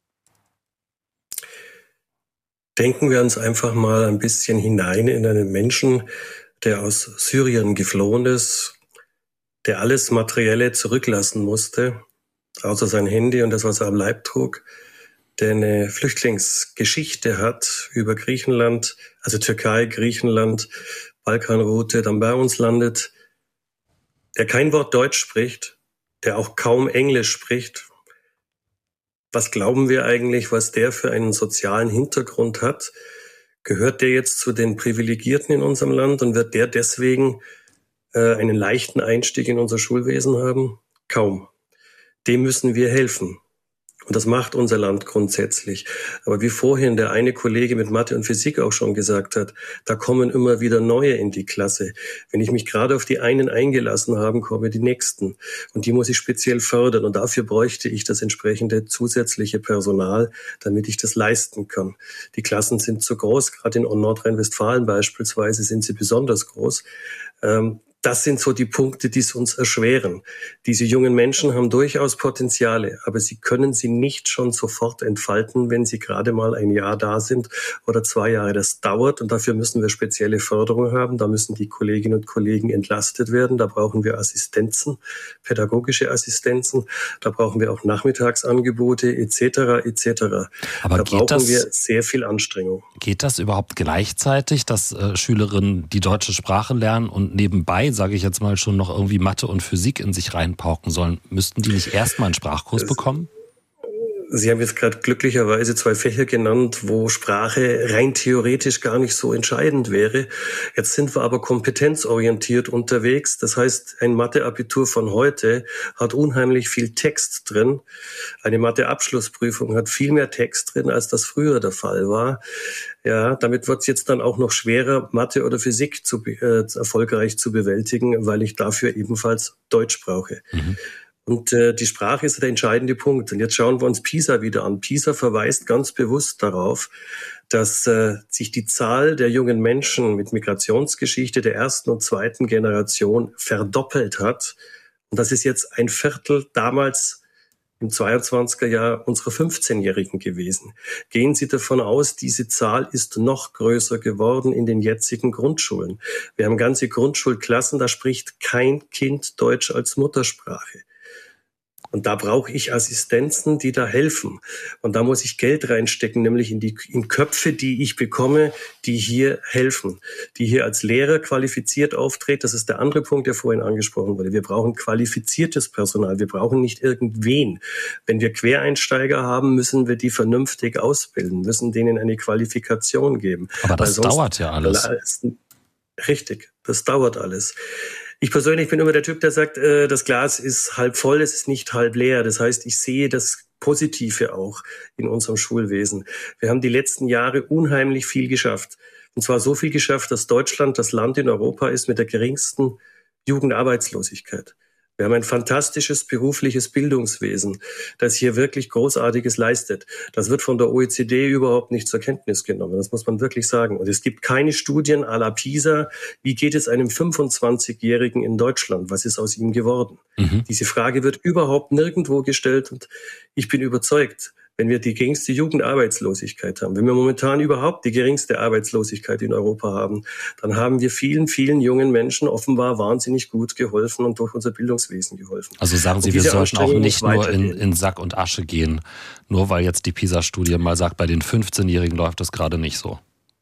Denken wir uns einfach mal ein bisschen hinein in einen Menschen, der aus Syrien geflohen ist, der alles Materielle zurücklassen musste, außer sein Handy und das, was er am Leib trug, der eine Flüchtlingsgeschichte hat über Griechenland, also Türkei, Griechenland, Balkanroute, dann bei uns landet, der kein Wort Deutsch spricht, der auch kaum Englisch spricht. Was glauben wir eigentlich, was der für einen sozialen Hintergrund hat? Gehört der jetzt zu den Privilegierten in unserem Land und wird der deswegen äh, einen leichten Einstieg in unser Schulwesen haben? Kaum. Dem müssen wir helfen. Und das macht unser Land grundsätzlich. Aber wie vorhin der eine Kollege mit Mathe und Physik auch schon gesagt hat, da kommen immer wieder neue in die Klasse. Wenn ich mich gerade auf die einen eingelassen habe, kommen die nächsten. Und die muss ich speziell fördern. Und dafür bräuchte ich das entsprechende zusätzliche Personal, damit ich das leisten kann. Die Klassen sind zu groß. Gerade in Nordrhein-Westfalen beispielsweise sind sie besonders groß. Ähm, Das sind so die Punkte, die es uns erschweren. Diese jungen Menschen haben durchaus Potenziale, aber sie können sie nicht schon sofort entfalten, wenn sie gerade mal ein Jahr da sind oder zwei Jahre. Das dauert und dafür müssen wir spezielle Förderung haben. Da müssen die Kolleginnen und Kollegen entlastet werden. Da brauchen wir Assistenzen, pädagogische Assistenzen. Da brauchen wir auch Nachmittagsangebote et cetera et cetera. Aber da geht brauchen das, wir sehr viel Anstrengung. Geht das überhaupt gleichzeitig, dass äh, Schülerinnen die deutsche Sprache lernen und nebenbei, sage ich jetzt mal, schon noch irgendwie Mathe und Physik in sich reinpauken sollen? Müssten die nicht erstmal einen Sprachkurs bekommen? Sie haben jetzt gerade glücklicherweise zwei Fächer genannt, wo Sprache rein theoretisch gar nicht so entscheidend wäre. Jetzt sind wir aber kompetenzorientiert unterwegs. Das heißt, ein Mathe-Abitur von heute hat unheimlich viel Text drin. Eine Mathe-Abschlussprüfung hat viel mehr Text drin, als das früher der Fall war. Ja, damit wird es jetzt dann auch noch schwerer, Mathe oder Physik zu, äh, erfolgreich zu bewältigen, weil ich dafür ebenfalls Deutsch brauche. Mhm. Und äh, die Sprache ist der entscheidende Punkt. Und jetzt schauen wir uns PISA wieder an. PISA verweist ganz bewusst darauf, dass äh, sich die Zahl der jungen Menschen mit Migrationsgeschichte der ersten und zweiten Generation verdoppelt hat. Und das ist jetzt ein Viertel damals im zweiundzwanziger Jahr unserer fünfzehnjährigen gewesen. Gehen Sie davon aus, diese Zahl ist noch größer geworden in den jetzigen Grundschulen. Wir haben ganze Grundschulklassen, da spricht kein Kind Deutsch als Muttersprache. Und da brauche ich Assistenzen, die da helfen. Und da muss ich Geld reinstecken, nämlich in die in Köpfe, die ich bekomme, die hier helfen, die hier als Lehrer qualifiziert auftreten. Das ist der andere Punkt, der vorhin angesprochen wurde. Wir brauchen qualifiziertes Personal. Wir brauchen nicht irgendwen. Wenn wir Quereinsteiger haben, müssen wir die vernünftig ausbilden, müssen denen eine Qualifikation geben. Aber das dauert ja alles. Richtig, das dauert alles. Ich persönlich bin immer der Typ, der sagt, äh, das Glas ist halb voll, es ist nicht halb leer. Das heißt, ich sehe das Positive auch in unserem Schulwesen. Wir haben die letzten Jahre unheimlich viel geschafft. Und zwar so viel geschafft, dass Deutschland das Land in Europa ist mit der geringsten Jugendarbeitslosigkeit. Wir haben ein fantastisches berufliches Bildungswesen, das hier wirklich Großartiges leistet. Das wird von der O E C D überhaupt nicht zur Kenntnis genommen. Das muss man wirklich sagen. Und es gibt keine Studien à la PISA. Wie geht es einem fünfundzwanzigjährigen in Deutschland? Was ist aus ihm geworden? Mhm. Diese Frage wird überhaupt nirgendwo gestellt. Und ich bin überzeugt, wenn wir die geringste Jugendarbeitslosigkeit haben, wenn wir momentan überhaupt die geringste Arbeitslosigkeit in Europa haben, dann haben wir vielen, vielen jungen Menschen offenbar wahnsinnig gut geholfen und durch unser Bildungswesen geholfen. Also sagen Sie, wir sollten auch nicht nur in, in Sack und Asche gehen, nur weil jetzt die PISA-Studie mal sagt, bei den fünfzehnjährigen läuft das gerade nicht so.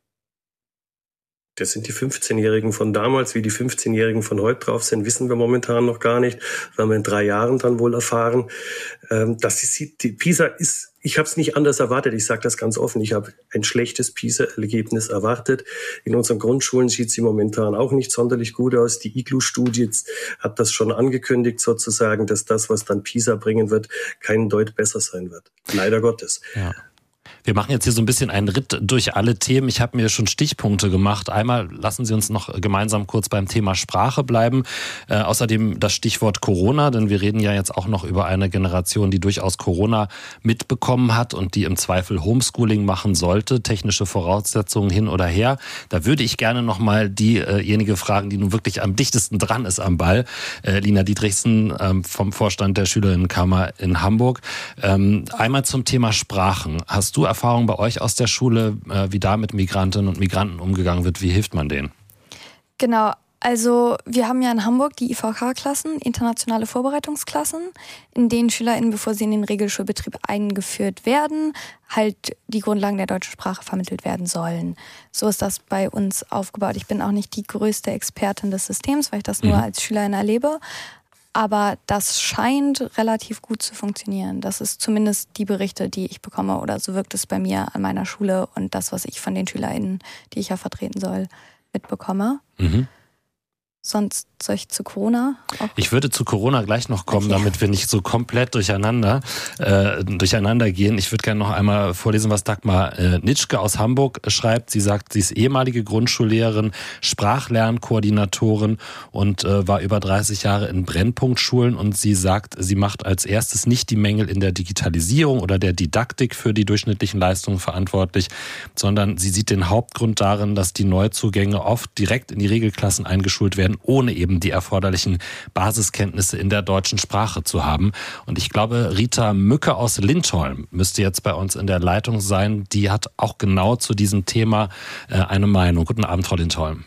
Das sind die fünfzehnjährigen von damals, wie die fünfzehnjährigen von heute drauf sind, wissen wir momentan noch gar nicht. Das werden wir in drei Jahren dann wohl erfahren. Das ist, die PISA ist, ich habe es nicht anders erwartet. Ich sage das ganz offen. Ich habe ein schlechtes PISA-Ergebnis erwartet. In unseren Grundschulen sieht sie momentan auch nicht sonderlich gut aus. Die I G L U-Studie hat das schon angekündigt sozusagen, dass das, was dann PISA bringen wird, kein Deut besser sein wird. Leider Gottes. Ja. Wir machen jetzt hier so ein bisschen einen Ritt durch alle Themen. Ich habe mir schon Stichpunkte gemacht. Einmal lassen Sie uns noch gemeinsam kurz beim Thema Sprache bleiben. Äh, außerdem das Stichwort Corona, denn wir reden ja jetzt auch noch über eine Generation, die durchaus Corona mitbekommen hat und die im Zweifel Homeschooling machen sollte. Technische Voraussetzungen hin oder her. Da würde ich gerne noch mal diejenige fragen, die nun wirklich am dichtesten dran ist am Ball. Äh, Lina Dietrichsen ähm, vom Vorstand der Schülerinnenkammer in Hamburg. Ähm, einmal zum Thema Sprachen. Hast du Erfahrung bei euch aus der Schule, wie da mit Migrantinnen und Migranten umgegangen wird? Wie hilft man denen? Genau, Also wir haben ja in Hamburg die I V K-Klassen, internationale Vorbereitungsklassen, in denen SchülerInnen, bevor sie in den Regelschulbetrieb eingeführt werden, halt die Grundlagen der deutschen Sprache vermittelt werden sollen. So ist das bei uns aufgebaut. Ich bin auch nicht die größte Expertin des Systems, weil ich das nur mhm. als Schülerin erlebe. Aber das scheint relativ gut zu funktionieren. Das ist zumindest die Berichte, die ich bekomme. Oder so wirkt es bei mir an meiner Schule und das, was ich von den SchülerInnen, die ich ja vertreten soll, mitbekomme. Mhm. Sonst soll ich zu Corona auch? Ich würde zu Corona gleich noch kommen, okay. damit wir nicht so komplett durcheinander, äh, durcheinander gehen. Ich würde gerne noch einmal vorlesen, was Dagmar äh, Nitschke aus Hamburg schreibt. Sie sagt, sie ist ehemalige Grundschullehrerin, Sprachlernkoordinatorin und äh, war über dreißig Jahre in Brennpunktschulen. Und sie sagt, sie macht als erstes nicht die Mängel in der Digitalisierung oder der Didaktik für die durchschnittlichen Leistungen verantwortlich, sondern sie sieht den Hauptgrund darin, dass die Neuzugänge oft direkt in die Regelklassen eingeschult werden, ohne eben die erforderlichen Basiskenntnisse in der deutschen Sprache zu haben. Und ich glaube, Rita Mücke aus Lindholm müsste jetzt bei uns in der Leitung sein. Die hat auch genau zu diesem Thema äh, eine Meinung. Guten Abend, Frau Lindholm.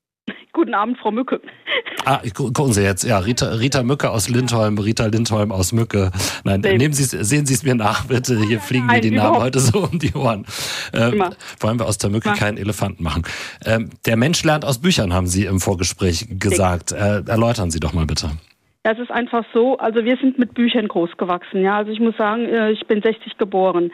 Guten Abend, Frau Mücke. Ah, gucken Sie jetzt. Ja, Rita, Rita Mücke aus Lindholm, Rita Lindholm aus Mücke. Nein, nee. nehmen Sie, sehen Sie es mir nach, bitte. Hier fliegen Nein, mir die Namen heute so um die Ohren. Ähm, wollen wir aus der Mücke ja. keinen Elefanten machen. Ähm, der Mensch lernt aus Büchern, haben Sie im Vorgespräch gesagt. Äh, erläutern Sie doch mal bitte. Ja, es ist einfach so, also wir sind mit Büchern groß gewachsen, ja, also ich muss sagen, ich bin sechzig geboren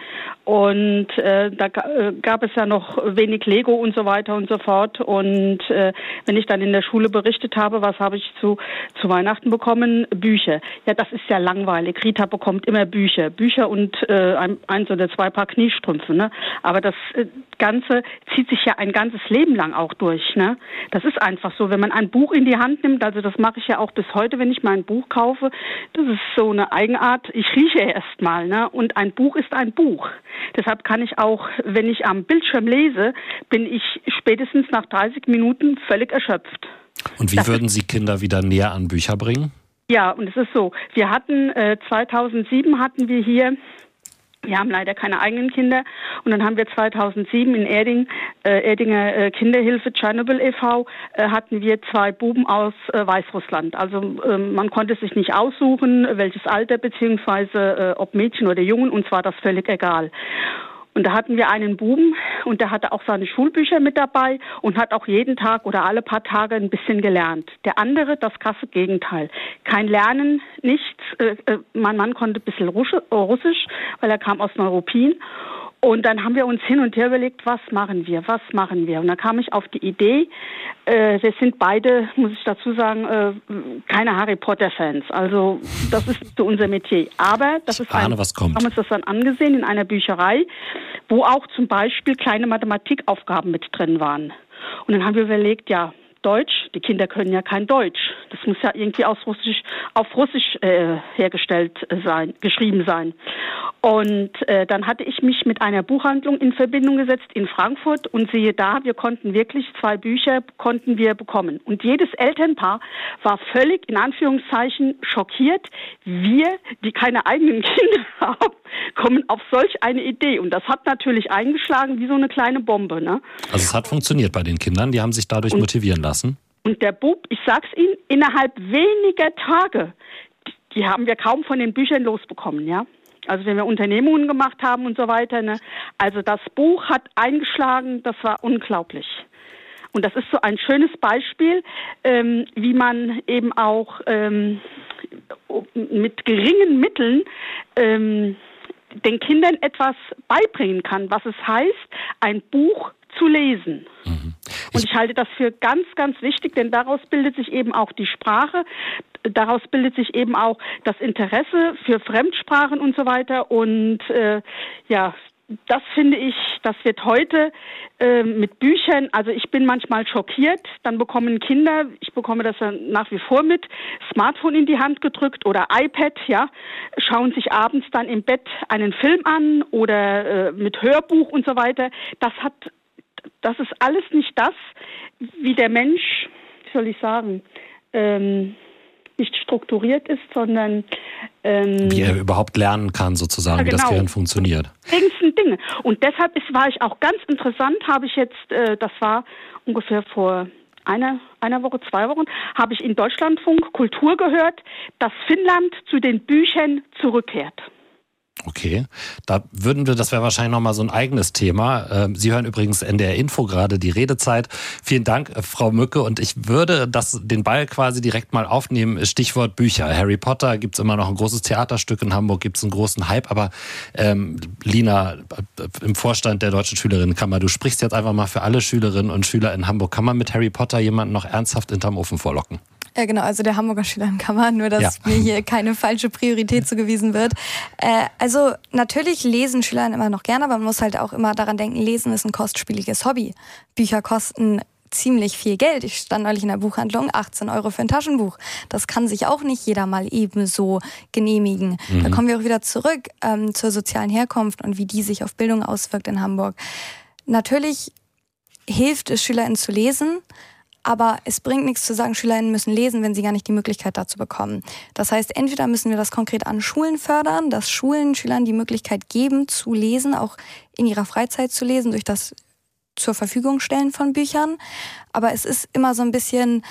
und äh, da gab es ja noch wenig Lego und so weiter und so fort und äh, wenn ich dann in der Schule berichtet habe, was habe ich zu zu Weihnachten bekommen? Bücher. Ja, das ist ja langweilig. Rita bekommt immer Bücher, Bücher und äh, ein, eins oder zwei Paar Kniestrümpfe, ne, aber das äh, Ganze zieht sich ja ein ganzes Leben lang auch durch, ne, das ist einfach so, wenn man ein Buch in die Hand nimmt, also das mache ich ja auch bis heute, wenn ich mein Buch kaufe, das ist so eine Eigenart. Ich rieche erst mal, ne? Und ein Buch ist ein Buch. Deshalb kann ich auch, wenn ich am Bildschirm lese, bin ich spätestens nach dreißig Minuten völlig erschöpft. Und wie das würden Sie Kinder wieder näher an Bücher bringen? Ja, und es ist so, wir hatten äh, zweitausendsieben hatten wir hier Wir haben leider keine eigenen Kinder und dann haben wir zweitausendsieben in Erding, äh, Erdinger äh, Kinderhilfe Tschernobyl e V äh, hatten wir zwei Buben aus äh, Weißrussland. Also äh, man konnte sich nicht aussuchen, welches Alter beziehungsweise äh, ob Mädchen oder Jungen, und zwar das völlig egal. Und da hatten wir einen Buben und der hatte auch seine Schulbücher mit dabei und hat auch jeden Tag oder alle paar Tage ein bisschen gelernt. Der andere, das krasse Gegenteil. Kein Lernen, nichts. Äh, äh, mein Mann konnte ein bisschen Russisch, weil er kam aus Neuruppin. Und dann haben wir uns hin und her überlegt, was machen wir, was machen wir. Und da kam ich auf die Idee, äh, wir sind beide, muss ich dazu sagen, äh, keine Harry Potter-Fans. Also das ist so unser Metier. Aber das ist ein, was kommt. haben uns das dann angesehen in einer Bücherei, wo auch zum Beispiel kleine Mathematikaufgaben mit drin waren. Und dann haben wir überlegt, ja, Deutsch, die Kinder können ja kein Deutsch. Das muss ja irgendwie aus Russisch, auf Russisch äh, hergestellt sein, geschrieben sein. Und äh, dann hatte ich mich mit einer Buchhandlung in Verbindung gesetzt in Frankfurt und siehe da, wir konnten wirklich zwei Bücher konnten wir bekommen. Und jedes Elternpaar war völlig, in Anführungszeichen, schockiert. Wir, die keine eigenen Kinder haben, kommen auf solch eine Idee. Und das hat natürlich eingeschlagen wie so eine kleine Bombe, ne? Also es hat funktioniert bei den Kindern, die haben sich dadurch und, motivieren lassen. Und der Bub, ich sag's Ihnen, innerhalb weniger Tage, die, die haben wir kaum von den Büchern losbekommen, ja? Also wenn wir Unternehmungen gemacht haben und so weiter, ne? Also das Buch hat eingeschlagen, das war unglaublich. Und das ist so ein schönes Beispiel, ähm, wie man eben auch ähm, mit geringen Mitteln ähm, den Kindern etwas beibringen kann, was es heißt, ein Buch zu lesen. Mhm. Und ich halte das für ganz, ganz wichtig, denn daraus bildet sich eben auch die Sprache, daraus bildet sich eben auch das Interesse für Fremdsprachen und so weiter. Und äh, ja, das finde ich, das wird heute äh, mit Büchern, also ich bin manchmal schockiert, dann bekommen Kinder, ich bekomme das ja nach wie vor mit, Smartphone in die Hand gedrückt oder iPad, ja, schauen sich abends dann im Bett einen Film an oder äh, mit Hörbuch und so weiter. Das hat, das ist alles nicht das, wie der Mensch, wie soll ich sagen, ähm, nicht strukturiert ist, sondern ähm, wie er überhaupt lernen kann, sozusagen, ja, genau, wie das Gehirn funktioniert. Geringsten Dinge. Und deshalb ist, war ich auch ganz interessant, habe ich jetzt, äh, das war ungefähr vor einer, einer Woche, zwei Wochen, habe ich in Deutschlandfunk Kultur gehört, dass Finnland zu den Büchern zurückkehrt. Okay, da würden wir, das wäre wahrscheinlich nochmal so ein eigenes Thema. Sie hören übrigens N D R Info gerade, die Redezeit. Vielen Dank, Frau Mücke. Und ich würde das, den Ball quasi direkt mal aufnehmen. Stichwort Bücher. Harry Potter gibt's immer noch ein großes Theaterstück in Hamburg, gibt's einen großen Hype. Aber ähm, Lina, im Vorstand der Deutschen Schülerinnenkammer, du sprichst jetzt einfach mal für alle Schülerinnen und Schüler in Hamburg. Kann man mit Harry Potter jemanden noch ernsthaft hinterm Ofen vorlocken? Ja, genau, also der Hamburger Schülerinnenkammer, nur dass ja. mir hier keine falsche Priorität zugewiesen wird. Äh, also natürlich lesen Schüler immer noch gerne, aber man muss halt auch immer daran denken, Lesen ist ein kostspieliges Hobby. Bücher kosten ziemlich viel Geld. Ich stand neulich in der Buchhandlung, achtzehn Euro für ein Taschenbuch. Das kann sich auch nicht jeder mal eben so genehmigen. Mhm. Da kommen wir auch wieder zurück ähm, zur sozialen Herkunft und wie die sich auf Bildung auswirkt in Hamburg. Natürlich hilft es, SchülerInnen zu lesen, aber es bringt nichts zu sagen, SchülerInnen müssen lesen, wenn sie gar nicht die Möglichkeit dazu bekommen. Das heißt, entweder müssen wir das konkret an Schulen fördern, dass Schulen Schülern die Möglichkeit geben, zu lesen, auch in ihrer Freizeit zu lesen, durch das zur Verfügung stellen von Büchern. Aber es ist immer so ein bisschen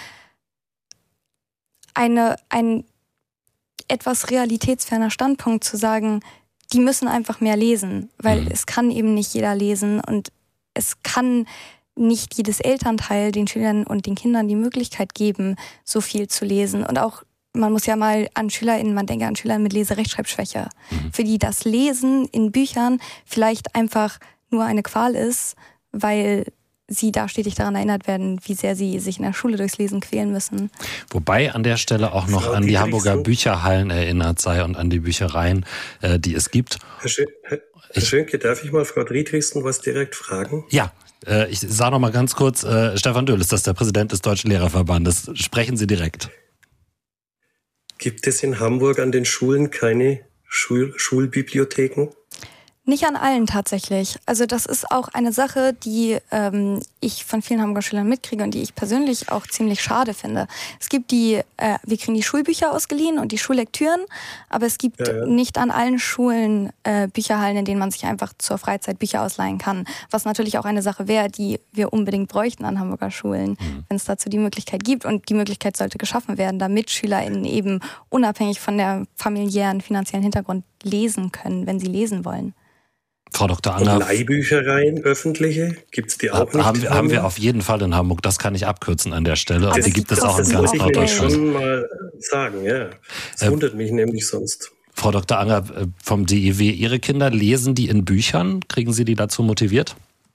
eine, ein etwas realitätsferner Standpunkt zu sagen, die müssen einfach mehr lesen, weil es kann eben nicht jeder lesen und es kann nicht jedes Elternteil den Schülern und den Kindern die Möglichkeit geben, so viel zu lesen. Und auch, man muss ja mal an SchülerInnen, man denke an Schüler mit Leserechtschreibschwäche, mhm. für die das Lesen in Büchern vielleicht einfach nur eine Qual ist, weil sie da stetig daran erinnert werden, wie sehr sie sich in der Schule durchs Lesen quälen müssen. Wobei an der Stelle auch noch an die Hamburger Bücherhallen erinnert sei und an die Büchereien, äh, die es gibt. Herr, Schön, Herr, Herr Schönke, darf ich mal Frau Dietrichsen was direkt fragen? Ja. Ich sage noch mal ganz kurz, äh, Stefan Döhl ist das, der Präsident des Deutschen Lehrerverbandes. Sprechen Sie direkt. Gibt es in Hamburg an den Schulen keine Schul- Schulbibliotheken? Nicht an allen tatsächlich. Also das ist auch eine Sache, die ähm, ich von vielen Hamburger Schülern mitkriege und die ich persönlich auch ziemlich schade finde. Es gibt die, äh, wir kriegen die Schulbücher ausgeliehen und die Schullektüren, aber es gibt ja, ja. nicht an allen Schulen äh, Bücherhallen, in denen man sich einfach zur Freizeit Bücher ausleihen kann. Was natürlich auch eine Sache wäre, die wir unbedingt bräuchten an Hamburger Schulen, mhm. wenn es dazu die Möglichkeit gibt. Und die Möglichkeit sollte geschaffen werden, damit SchülerInnen eben unabhängig von der familiären, finanziellen Hintergrund lesen können, wenn sie lesen wollen. Frau Doktor Anger. Und Leihbüchereien, öffentliche, gibt es die auch nicht? Haben, haben wir auf jeden Fall in Hamburg, das kann ich abkürzen an der Stelle. Aber die gibt es auch in ganz Norddeutschland. Das muss ich schon mal sagen, ja. Das äh, wundert mich nämlich sonst. Frau Doktor Anger vom D I W, Ihre Kinder, lesen die in Büchern? Kriegen Sie die dazu motiviert?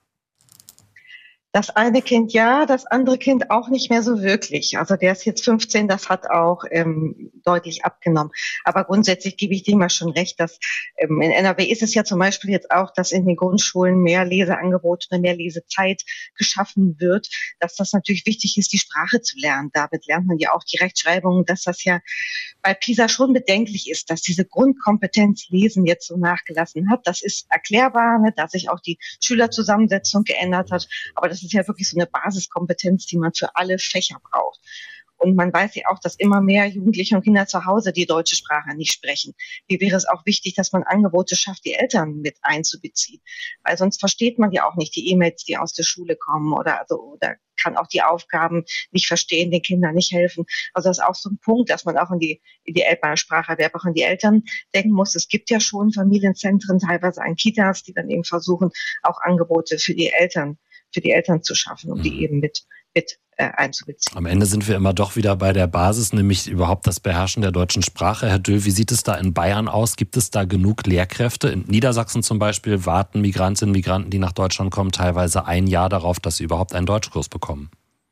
Das eine Kind ja, das andere Kind auch nicht mehr so wirklich. Also der ist jetzt fünfzehn, das hat auch ähm, deutlich abgenommen. Aber grundsätzlich gebe ich dem mal schon recht, dass ähm, in N R W ist es ja zum Beispiel jetzt auch, dass in den Grundschulen mehr Leseangebote oder mehr Lesezeit geschaffen wird, dass das natürlich wichtig ist, die Sprache zu lernen. Damit lernt man ja auch die Rechtschreibung, dass das ja bei PISA schon bedenklich ist, dass diese Grundkompetenz Lesen jetzt so nachgelassen hat. Das ist erklärbar, ne, dass sich auch die Schülerzusammensetzung geändert hat. Aber das ist ja wirklich so eine Basiskompetenz, die man für alle Fächer braucht. Und man weiß ja auch, dass immer mehr Jugendliche und Kinder zu Hause die deutsche Sprache nicht sprechen. Hier wäre es auch wichtig, dass man Angebote schafft, die Eltern mit einzubeziehen. Weil sonst versteht man ja auch nicht die E-Mails, die aus der Schule kommen oder, also, oder kann auch die Aufgaben nicht verstehen, den Kindern nicht helfen. Also das ist auch so ein Punkt, dass man auch in die, in die Spracherwerb, auch in die Eltern denken muss. Es gibt ja schon Familienzentren, teilweise an Kitas, die dann eben versuchen, auch Angebote für die Eltern für die Eltern zu schaffen, um die eben mit, mit äh, einzubeziehen. Am Ende sind wir immer doch wieder bei der Basis, nämlich überhaupt das Beherrschen der deutschen Sprache. Herr Döhl, wie sieht es da in Bayern aus? Gibt es da genug Lehrkräfte? In Niedersachsen zum Beispiel warten Migrantinnen und Migranten, die nach Deutschland kommen, teilweise ein Jahr darauf, dass sie überhaupt einen Deutschkurs bekommen.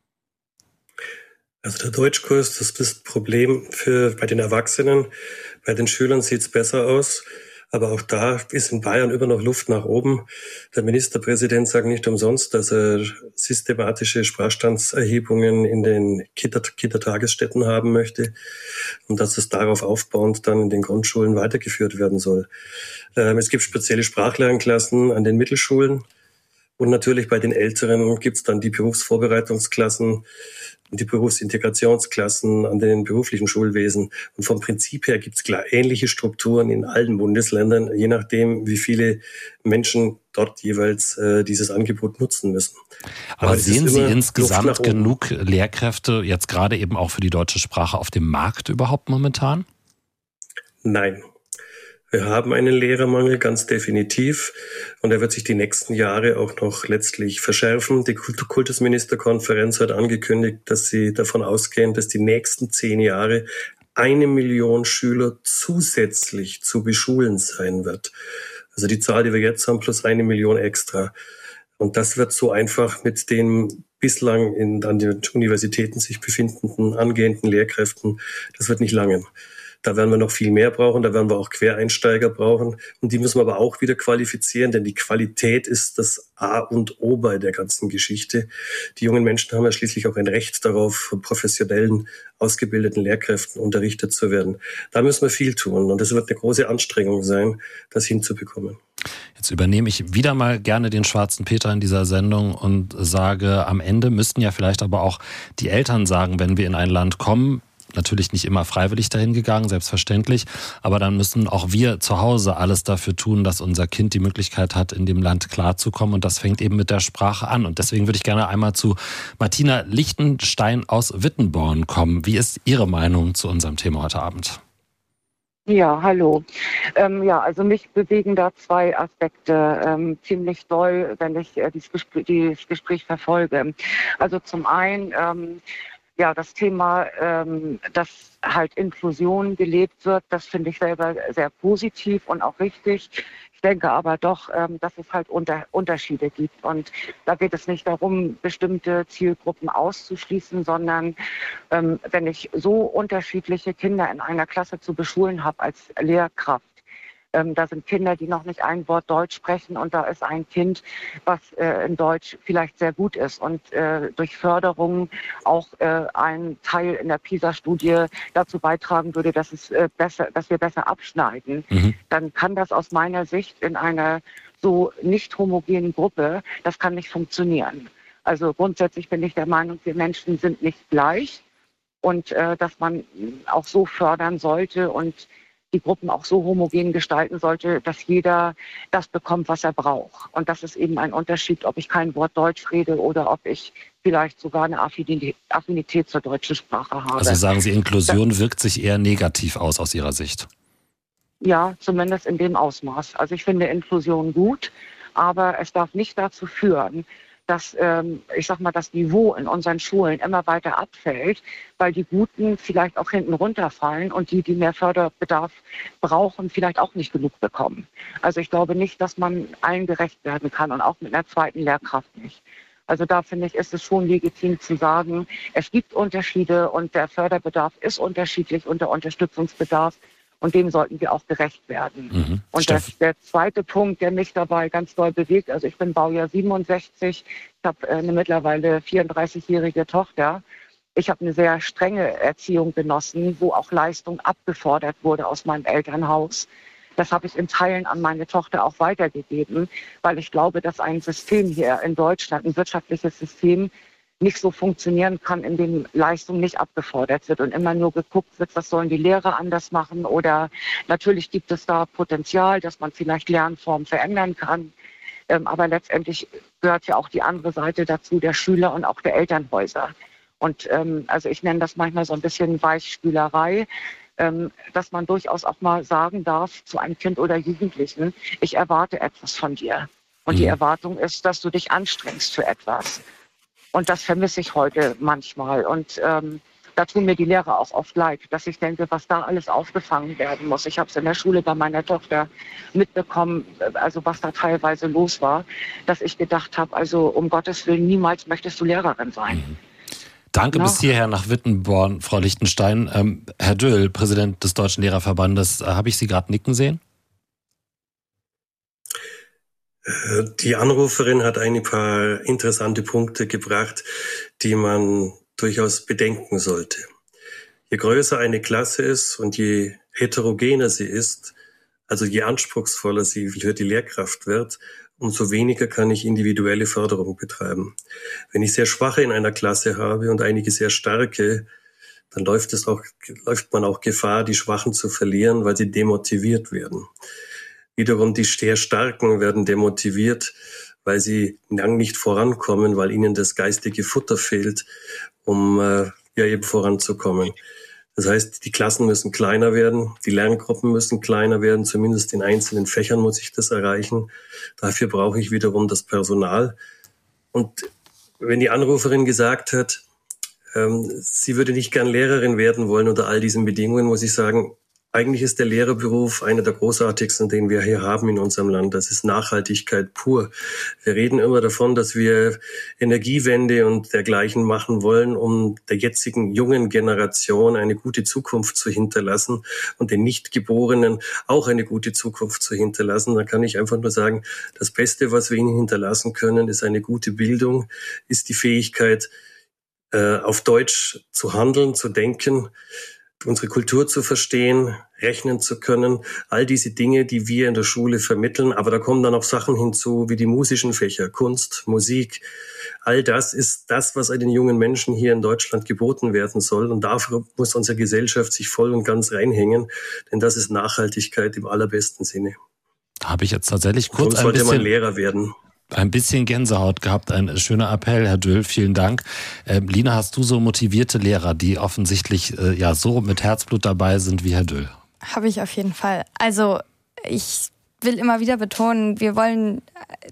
Also der Deutschkurs, das ist das Problem für bei den Erwachsenen. Bei den Schülern sieht es besser aus. Aber auch da ist in Bayern immer noch Luft nach oben. Der Ministerpräsident sagt nicht umsonst, dass er systematische Sprachstandserhebungen in den Kita- Kita-Tagesstätten haben möchte und dass es darauf aufbauend dann in den Grundschulen weitergeführt werden soll. Ähm, es gibt spezielle Sprachlernklassen an den Mittelschulen, Und natürlich bei den Älteren gibt es dann die Berufsvorbereitungsklassen, die Berufsintegrationsklassen an den beruflichen Schulwesen. Und vom Prinzip her gibt es klar ähnliche Strukturen in allen Bundesländern, je nachdem, wie viele Menschen dort jeweils äh, dieses Angebot nutzen müssen. Aber, Aber sehen Sie insgesamt genug Lehrkräfte, jetzt gerade eben auch für die deutsche Sprache, auf dem Markt überhaupt momentan? Nein. Wir haben einen Lehrermangel, ganz definitiv. Und er wird sich die nächsten Jahre auch noch letztlich verschärfen. Die Kultusministerkonferenz hat angekündigt, dass sie davon ausgehen, dass die nächsten zehn Jahre eine Million Schüler zusätzlich zu beschulen sein wird. Also die Zahl, die wir jetzt haben, plus eine Million extra. Und das wird so einfach mit den bislang in, an den Universitäten sich befindenden angehenden Lehrkräften, das wird nicht langen. Da werden wir noch viel mehr brauchen, da werden wir auch Quereinsteiger brauchen. Und die müssen wir aber auch wieder qualifizieren, denn die Qualität ist das A und O bei der ganzen Geschichte. Die jungen Menschen haben ja schließlich auch ein Recht darauf, von professionellen, ausgebildeten Lehrkräften unterrichtet zu werden. Da müssen wir viel tun und es wird eine große Anstrengung sein, das hinzubekommen. Jetzt übernehme ich wieder mal gerne den schwarzen Peter in dieser Sendung und sage, am Ende müssten ja vielleicht aber auch die Eltern sagen, wenn wir in ein Land kommen, natürlich nicht immer freiwillig dahin gegangen, selbstverständlich. Aber dann müssen auch wir zu Hause alles dafür tun, dass unser Kind die Möglichkeit hat, in dem Land klarzukommen. Und das fängt eben mit der Sprache an. Und deswegen würde ich gerne einmal zu Martina Lichtenstein aus Wittenborn kommen. Wie ist Ihre Meinung zu unserem Thema heute Abend? Ja, hallo. Ähm, ja, also mich bewegen da zwei Aspekte ähm, ziemlich doll, wenn ich äh, dieses, Gespräch, dieses Gespräch verfolge. Also zum einen ähm, ja, das Thema, ähm, dass halt Inklusion gelebt wird, das finde ich selber sehr positiv und auch richtig. Ich denke aber doch, ähm, dass es halt unter, Unterschiede gibt. Und da geht es nicht darum, bestimmte Zielgruppen auszuschließen, sondern ähm, wenn ich so unterschiedliche Kinder in einer Klasse zu beschulen habe als Lehrkraft, Ähm, da sind Kinder, die noch nicht ein Wort Deutsch sprechen und da ist ein Kind, was äh, in Deutsch vielleicht sehr gut ist und äh, durch Förderung auch äh, ein Teil in der PISA-Studie dazu beitragen würde, dass es äh, besser, dass wir besser abschneiden. Mhm. Dann kann das aus meiner Sicht in einer so nicht homogenen Gruppe, das kann nicht funktionieren. Also grundsätzlich bin ich der Meinung, wir Menschen sind nicht gleich und äh, dass man auch so fördern sollte und die Gruppen auch so homogen gestalten sollte, dass jeder das bekommt, was er braucht. Und das ist eben ein Unterschied, ob ich kein Wort Deutsch rede oder ob ich vielleicht sogar eine Affinität zur deutschen Sprache habe. Also sagen Sie, Inklusion das, wirkt sich eher negativ aus aus Ihrer Sicht? Ja, zumindest in dem Ausmaß. Also ich finde Inklusion gut, aber es darf nicht dazu führen, dass, ähm, ich sag mal, das Niveau in unseren Schulen immer weiter abfällt, weil die Guten vielleicht auch hinten runterfallen und die, die mehr Förderbedarf brauchen, vielleicht auch nicht genug bekommen. Also ich glaube nicht, dass man allen gerecht werden kann und auch mit einer zweiten Lehrkraft nicht. Also da finde ich, ist es schon legitim zu sagen, es gibt Unterschiede und der Förderbedarf ist unterschiedlich und der Unterstützungsbedarf. Und dem sollten wir auch gerecht werden. Mhm. Und das, der zweite Punkt, der mich dabei ganz doll bewegt, also ich bin Baujahr siebenundsechzig, ich habe eine mittlerweile vierunddreißigjährige Tochter. Ich habe eine sehr strenge Erziehung genossen, wo auch Leistung abgefordert wurde aus meinem Elternhaus. Das habe ich in Teilen an meine Tochter auch weitergegeben, weil ich glaube, dass ein System hier in Deutschland, ein wirtschaftliches System, nicht so funktionieren kann, in dem Leistung nicht abgefordert wird und immer nur geguckt wird, was sollen die Lehrer anders machen oder natürlich gibt es da Potenzial, dass man vielleicht Lernformen verändern kann, ähm, aber letztendlich gehört ja auch die andere Seite dazu, der Schüler und auch der Elternhäuser. Und ähm, also ich nenne das manchmal so ein bisschen Weichspülerei, ähm, dass man durchaus auch mal sagen darf zu einem Kind oder Jugendlichen, ich erwarte etwas von dir. Und mhm. die Erwartung ist, dass du dich anstrengst für etwas. Und das vermisse ich heute manchmal. Und ähm, da tun mir die Lehrer auch oft leid, dass ich denke, was da alles aufgefangen werden muss. Ich habe es in der Schule bei meiner Tochter mitbekommen, also was da teilweise los war, dass ich gedacht habe, also um Gottes Willen, niemals möchtest du Lehrerin sein. Mhm. Danke ja. bis hierher nach Wittenborn, Frau Lichtenstein. Ähm, Herr Döhl, Präsident des Deutschen Lehrerverbandes, äh, habe ich Sie gerade nicken sehen? Die Anruferin hat ein paar interessante Punkte gebracht, die man durchaus bedenken sollte. Je größer eine Klasse ist und je heterogener sie ist, also je anspruchsvoller sie für die Lehrkraft wird, umso weniger kann ich individuelle Förderung betreiben. Wenn ich sehr Schwache in einer Klasse habe und einige sehr Starke, dann läuft es auch, läuft man auch Gefahr, die Schwachen zu verlieren, weil sie demotiviert werden. Wiederum die sehr Starken werden demotiviert, weil sie lang nicht vorankommen, weil ihnen das geistige Futter fehlt, um äh, ja eben voranzukommen. Das heißt, die Klassen müssen kleiner werden, die Lerngruppen müssen kleiner werden, zumindest in einzelnen Fächern muss ich das erreichen. Dafür brauche ich wiederum das Personal. Und wenn die Anruferin gesagt hat, ähm, sie würde nicht gern Lehrerin werden wollen unter all diesen Bedingungen, muss ich sagen, eigentlich ist der Lehrerberuf einer der großartigsten, den wir hier haben in unserem Land. Das ist Nachhaltigkeit pur. Wir reden immer davon, dass wir Energiewende und dergleichen machen wollen, um der jetzigen jungen Generation eine gute Zukunft zu hinterlassen und den Nichtgeborenen auch eine gute Zukunft zu hinterlassen. Da kann ich einfach nur sagen, das Beste, was wir ihnen hinterlassen können, ist eine gute Bildung, ist die Fähigkeit, auf Deutsch zu handeln, zu denken, unsere Kultur zu verstehen, rechnen zu können, all diese Dinge, die wir in der Schule vermitteln. Aber da kommen dann auch Sachen hinzu, wie die musischen Fächer, Kunst, Musik. All das ist das, was einen jungen Menschen hier in Deutschland geboten werden soll. Und dafür muss unsere Gesellschaft sich voll und ganz reinhängen, denn das ist Nachhaltigkeit im allerbesten Sinne. Da habe ich jetzt tatsächlich kurz Sonst ein sollte bisschen... man Lehrer werden. Ein bisschen Gänsehaut gehabt, ein schöner Appell, Herr Döll, vielen Dank. Ähm, Lina, hast du so motivierte Lehrer, die offensichtlich äh, ja so mit Herzblut dabei sind wie Herr Döll? Habe ich auf jeden Fall. Also ich will immer wieder betonen, wir wollen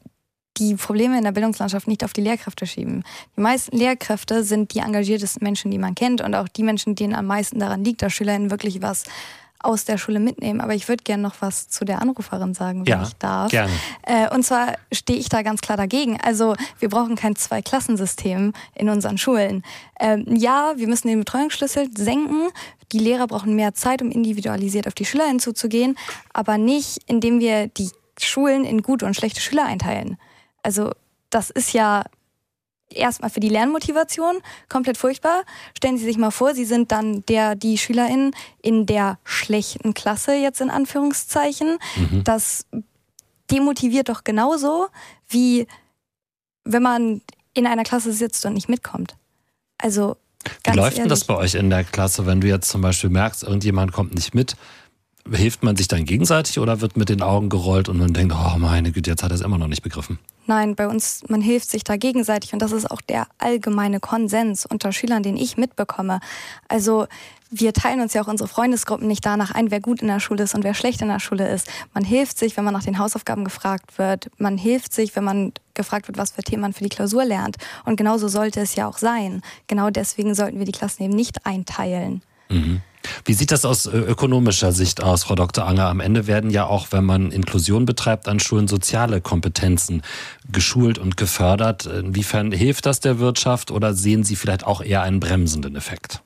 die Probleme in der Bildungslandschaft nicht auf die Lehrkräfte schieben. Die meisten Lehrkräfte sind die engagiertesten Menschen, die man kennt und auch die Menschen, denen am meisten daran liegt, dass SchülerInnen wirklich was aus der Schule mitnehmen. Aber ich würde gerne noch was zu der Anruferin sagen, wenn ja, ich darf. Gerne. Äh, und zwar stehe ich da ganz klar dagegen. Also wir brauchen kein Zwei-Klassensystem in unseren Schulen. Ähm, ja, wir müssen den Betreuungsschlüssel senken. Die Lehrer brauchen mehr Zeit, um individualisiert auf die SchülerInnen zuzugehen, aber nicht, indem wir die Schulen in gute und schlechte Schüler einteilen. Also das ist ja erstmal für die Lernmotivation komplett furchtbar. Stellen Sie sich mal vor, Sie sind dann der, die SchülerInnen in der schlechten Klasse, jetzt in Anführungszeichen. Mhm. Das demotiviert doch genauso, wie wenn man in einer Klasse sitzt und nicht mitkommt. Also ganz Wie läuft denn ehrlich, das bei euch in der Klasse, wenn du jetzt zum Beispiel merkst, irgendjemand kommt nicht mit? Hilft man sich dann gegenseitig oder wird mit den Augen gerollt und man denkt, oh meine Güte, jetzt hat er es immer noch nicht begriffen? Nein, bei uns, man hilft sich da gegenseitig und das ist auch der allgemeine Konsens unter Schülern, den ich mitbekomme. Also wir teilen uns ja auch unsere Freundesgruppen nicht danach ein, wer gut in der Schule ist und wer schlecht in der Schule ist. Man hilft sich, wenn man nach den Hausaufgaben gefragt wird. Man hilft sich, wenn man gefragt wird, was für Themen man für die Klausur lernt. Und genauso sollte es ja auch sein. Genau deswegen sollten wir die Klassen eben nicht einteilen. Mhm. Wie sieht das aus ökonomischer Sicht aus, Frau Doktor Anger? Am Ende werden ja auch, wenn man Inklusion betreibt, an Schulen soziale Kompetenzen geschult und gefördert. Inwiefern hilft das der Wirtschaft oder sehen Sie vielleicht auch eher einen bremsenden Effekt?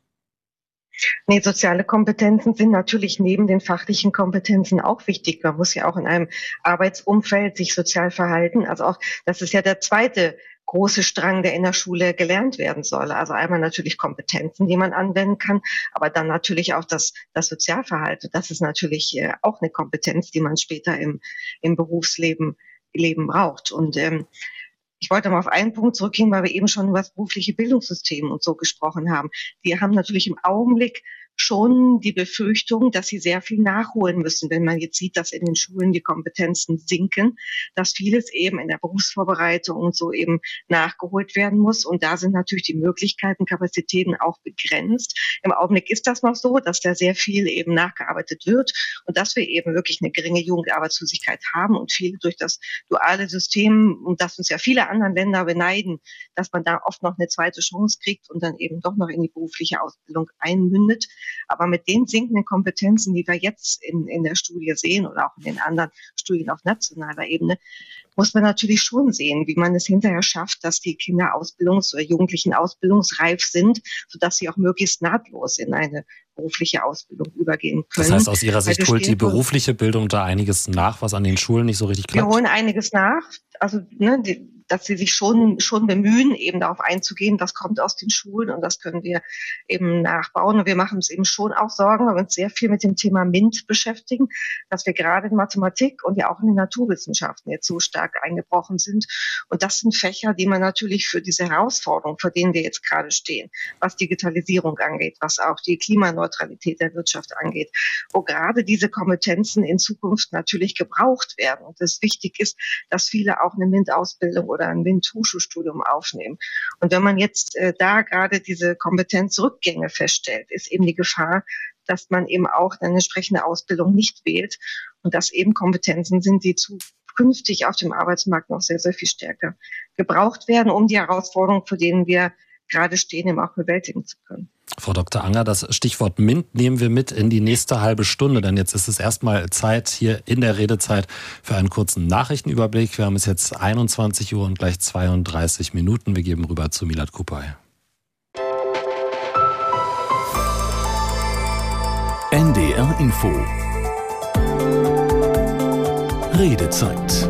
Nee, soziale Kompetenzen sind natürlich neben den fachlichen Kompetenzen auch wichtig. Man muss ja auch in einem Arbeitsumfeld sich sozial verhalten. Also auch, das ist ja der zweite große Strang, der in der Schule gelernt werden soll. Also einmal natürlich Kompetenzen, die man anwenden kann, aber dann natürlich auch das, das Sozialverhalten. Das ist natürlich äh, auch eine Kompetenz, die man später im, im Berufsleben Leben braucht. Und ähm, ich wollte mal auf einen Punkt zurückgehen, weil wir eben schon über das berufliche Bildungssystem und so gesprochen haben. Wir haben natürlich im Augenblick schon die Befürchtung, dass sie sehr viel nachholen müssen, wenn man jetzt sieht, dass in den Schulen die Kompetenzen sinken, dass vieles eben in der Berufsvorbereitung und so eben nachgeholt werden muss. Und da sind natürlich die Möglichkeiten, Kapazitäten auch begrenzt. Im Augenblick ist das noch so, dass da sehr viel eben nachgearbeitet wird und dass wir eben wirklich eine geringe Jugendarbeitslosigkeit haben und viele durch das duale System, und das uns ja viele andere Länder beneiden, dass man da oft noch eine zweite Chance kriegt und dann eben doch noch in die berufliche Ausbildung einmündet. Aber mit den sinkenden Kompetenzen, die wir jetzt in, in der Studie sehen oder auch in den anderen Studien auf nationaler Ebene, muss man natürlich schon sehen, wie man es hinterher schafft, dass die Kinder ausbildungs- oder Jugendlichen ausbildungsreif sind, sodass sie auch möglichst nahtlos in eine berufliche Ausbildung übergehen können. Das heißt, aus Ihrer Sicht holt die berufliche Bildung da einiges nach, was an den Schulen nicht so richtig klappt? Wir holen einiges nach. Also ne, die, dass sie sich schon, schon bemühen, eben darauf einzugehen. Das kommt aus den Schulen und das können wir eben nachbauen. Und wir machen uns eben schon auch Sorgen, weil wir uns sehr viel mit dem Thema MINT beschäftigen, dass wir gerade in Mathematik und ja auch in den Naturwissenschaften jetzt so stark eingebrochen sind. Und das sind Fächer, die man natürlich für diese Herausforderungen, vor denen wir jetzt gerade stehen, was Digitalisierung angeht, was auch die Klimaneutralität der Wirtschaft angeht, wo gerade diese Kompetenzen in Zukunft natürlich gebraucht werden. Und es wichtig ist, dass viele auch eine MINT-Ausbildung oder ein MINT-Hochschulstudium aufnehmen. Und wenn man jetzt äh, da gerade diese Kompetenzrückgänge feststellt, ist eben die Gefahr, dass man eben auch eine entsprechende Ausbildung nicht wählt und dass eben Kompetenzen sind, die zukünftig auf dem Arbeitsmarkt noch sehr, sehr viel stärker gebraucht werden, um die Herausforderungen, vor denen wir gerade stehen, eben auch bewältigen zu können. Frau Doktor Anger, das Stichwort MINT nehmen wir mit in die nächste halbe Stunde, denn jetzt ist es erstmal Zeit hier in der Redezeit für einen kurzen Nachrichtenüberblick. Wir haben es jetzt einundzwanzig Uhr und gleich zweiunddreißig Minuten. Wir geben rüber zu Milad Kupay. N D R Info. Redezeit.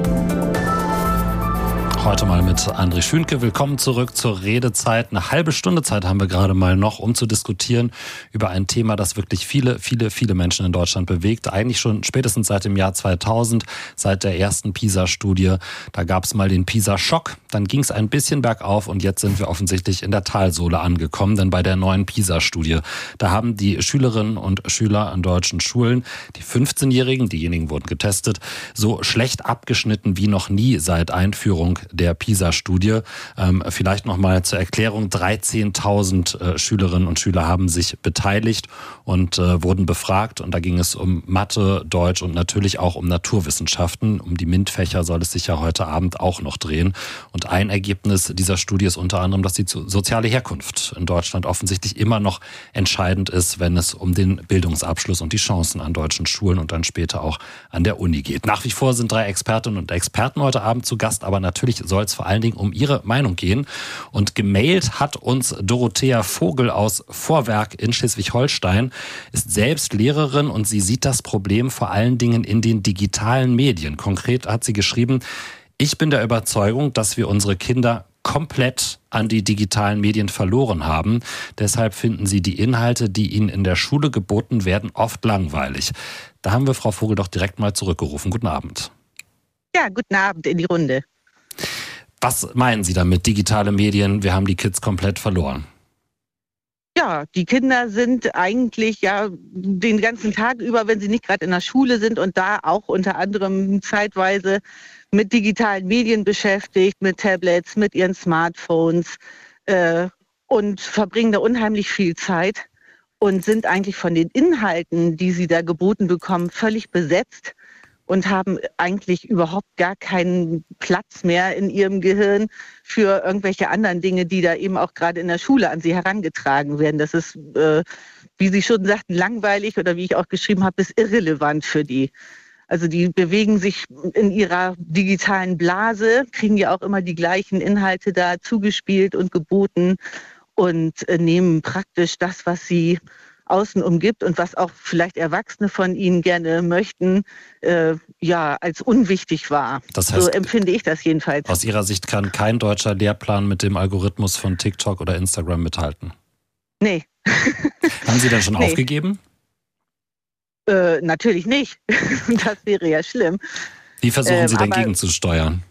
Heute mal mit André Schünke. Willkommen zurück zur Redezeit. Eine halbe Stunde Zeit haben wir gerade mal noch, um zu diskutieren über ein Thema, das wirklich viele, viele, viele Menschen in Deutschland bewegt. Eigentlich schon spätestens seit dem Jahr zweitausend, seit der ersten PISA-Studie. Da gab es mal den PISA-Schock. Dann ging es ein bisschen bergauf und jetzt sind wir offensichtlich in der Talsohle angekommen. Denn bei der neuen PISA-Studie, da haben die Schülerinnen und Schüler an deutschen Schulen, die fünfzehnjährigen, diejenigen wurden getestet, so schlecht abgeschnitten wie noch nie seit Einführung der PISA-Studie. Ähm, vielleicht nochmal zur Erklärung, dreizehntausend äh, Schülerinnen und Schüler haben sich beteiligt und äh, wurden befragt. Und da ging es um Mathe, Deutsch und natürlich auch um Naturwissenschaften. Um die MINT-Fächer soll es sich ja heute Abend auch noch drehen. Und ein Ergebnis dieser Studie ist unter anderem, dass die soziale Herkunft in Deutschland offensichtlich immer noch entscheidend ist, wenn es um den Bildungsabschluss und die Chancen an deutschen Schulen und dann später auch an der Uni geht. Nach wie vor sind drei Expertinnen und Experten heute Abend zu Gast, aber natürlich soll es vor allen Dingen um ihre Meinung gehen. Und gemailt hat uns Dorothea Vogel aus Vorwerk in Schleswig-Holstein, ist selbst Lehrerin und sie sieht das Problem vor allen Dingen in den digitalen Medien. Konkret hat sie geschrieben: Ich bin der Überzeugung, dass wir unsere Kinder komplett an die digitalen Medien verloren haben. Deshalb finden sie die Inhalte, die ihnen in der Schule geboten werden, oft langweilig. Da haben wir Frau Vogel doch direkt mal zurückgerufen. Guten Abend. Ja, guten Abend in die Runde. Was meinen Sie damit, digitale Medien, wir haben die Kids komplett verloren? Ja, die Kinder sind eigentlich ja den ganzen Tag über, wenn sie nicht gerade in der Schule sind und da auch unter anderem zeitweise mit digitalen Medien beschäftigt, mit Tablets, mit ihren Smartphones äh, und verbringen da unheimlich viel Zeit und sind eigentlich von den Inhalten, die sie da geboten bekommen, völlig besetzt und haben eigentlich überhaupt gar keinen Platz mehr in ihrem Gehirn für irgendwelche anderen Dinge, die da eben auch gerade in der Schule an sie herangetragen werden. Das ist, äh, wie Sie schon sagten, langweilig oder wie ich auch geschrieben habe, ist irrelevant für die. Also die bewegen sich in ihrer digitalen Blase, kriegen ja auch immer die gleichen Inhalte da zugespielt und geboten und äh, nehmen praktisch das, was sie außen umgibt und was auch vielleicht Erwachsene von ihnen gerne möchten, äh, ja, als unwichtig wahr. Das heißt, so empfinde ich das jedenfalls. Aus Ihrer Sicht kann kein deutscher Lehrplan mit dem Algorithmus von TikTok oder Instagram mithalten? Nee. Haben Sie dann schon nee. aufgegeben? Äh, natürlich nicht. Das wäre ja schlimm. Wie versuchen ähm, Sie dagegen zu steuern?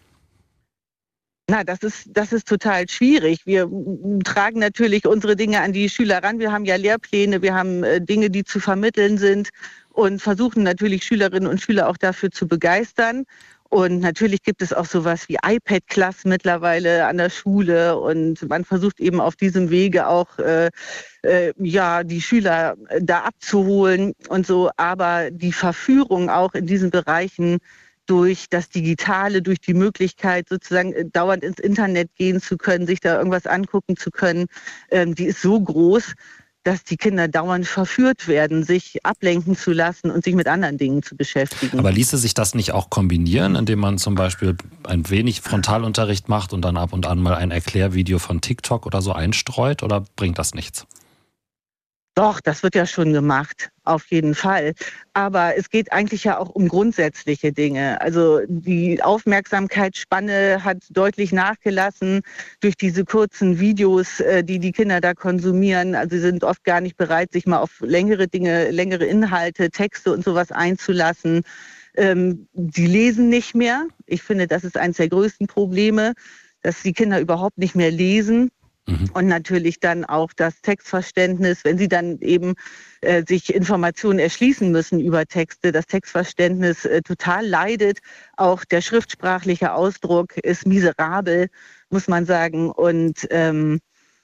Na, das ist, das ist total schwierig. Wir tragen natürlich unsere Dinge an die Schüler ran. Wir haben ja Lehrpläne, wir haben äh, Dinge, die zu vermitteln sind und versuchen natürlich Schülerinnen und Schüler auch dafür zu begeistern. Und natürlich gibt es auch sowas wie iPad-Class mittlerweile an der Schule und man versucht eben auf diesem Wege auch äh, äh, ja die Schüler da abzuholen und so. Aber die Verführung auch in diesen Bereichen durch das Digitale, durch die Möglichkeit sozusagen dauernd ins Internet gehen zu können, sich da irgendwas angucken zu können, ähm, die ist so groß, dass die Kinder dauernd verführt werden, sich ablenken zu lassen und sich mit anderen Dingen zu beschäftigen. Aber ließe sich das nicht auch kombinieren, indem man zum Beispiel ein wenig Frontalunterricht macht und dann ab und an mal ein Erklärvideo von TikTok oder so einstreut, oder bringt das nichts? Doch, das wird ja schon gemacht, auf jeden Fall. Aber es geht eigentlich ja auch um grundsätzliche Dinge. Also die Aufmerksamkeitsspanne hat deutlich nachgelassen durch diese kurzen Videos, die die Kinder da konsumieren. Also sie sind oft gar nicht bereit, sich mal auf längere Dinge, längere Inhalte, Texte und sowas einzulassen. Ähm, sie lesen nicht mehr. Ich finde, das ist eines der größten Probleme, dass die Kinder überhaupt nicht mehr lesen. Mhm. Und natürlich dann auch das Textverständnis, wenn sie dann eben äh, sich Informationen erschließen müssen über Texte, das Textverständnis äh, total leidet. Auch der schriftsprachliche Ausdruck ist miserabel, muss man sagen. Und ähm,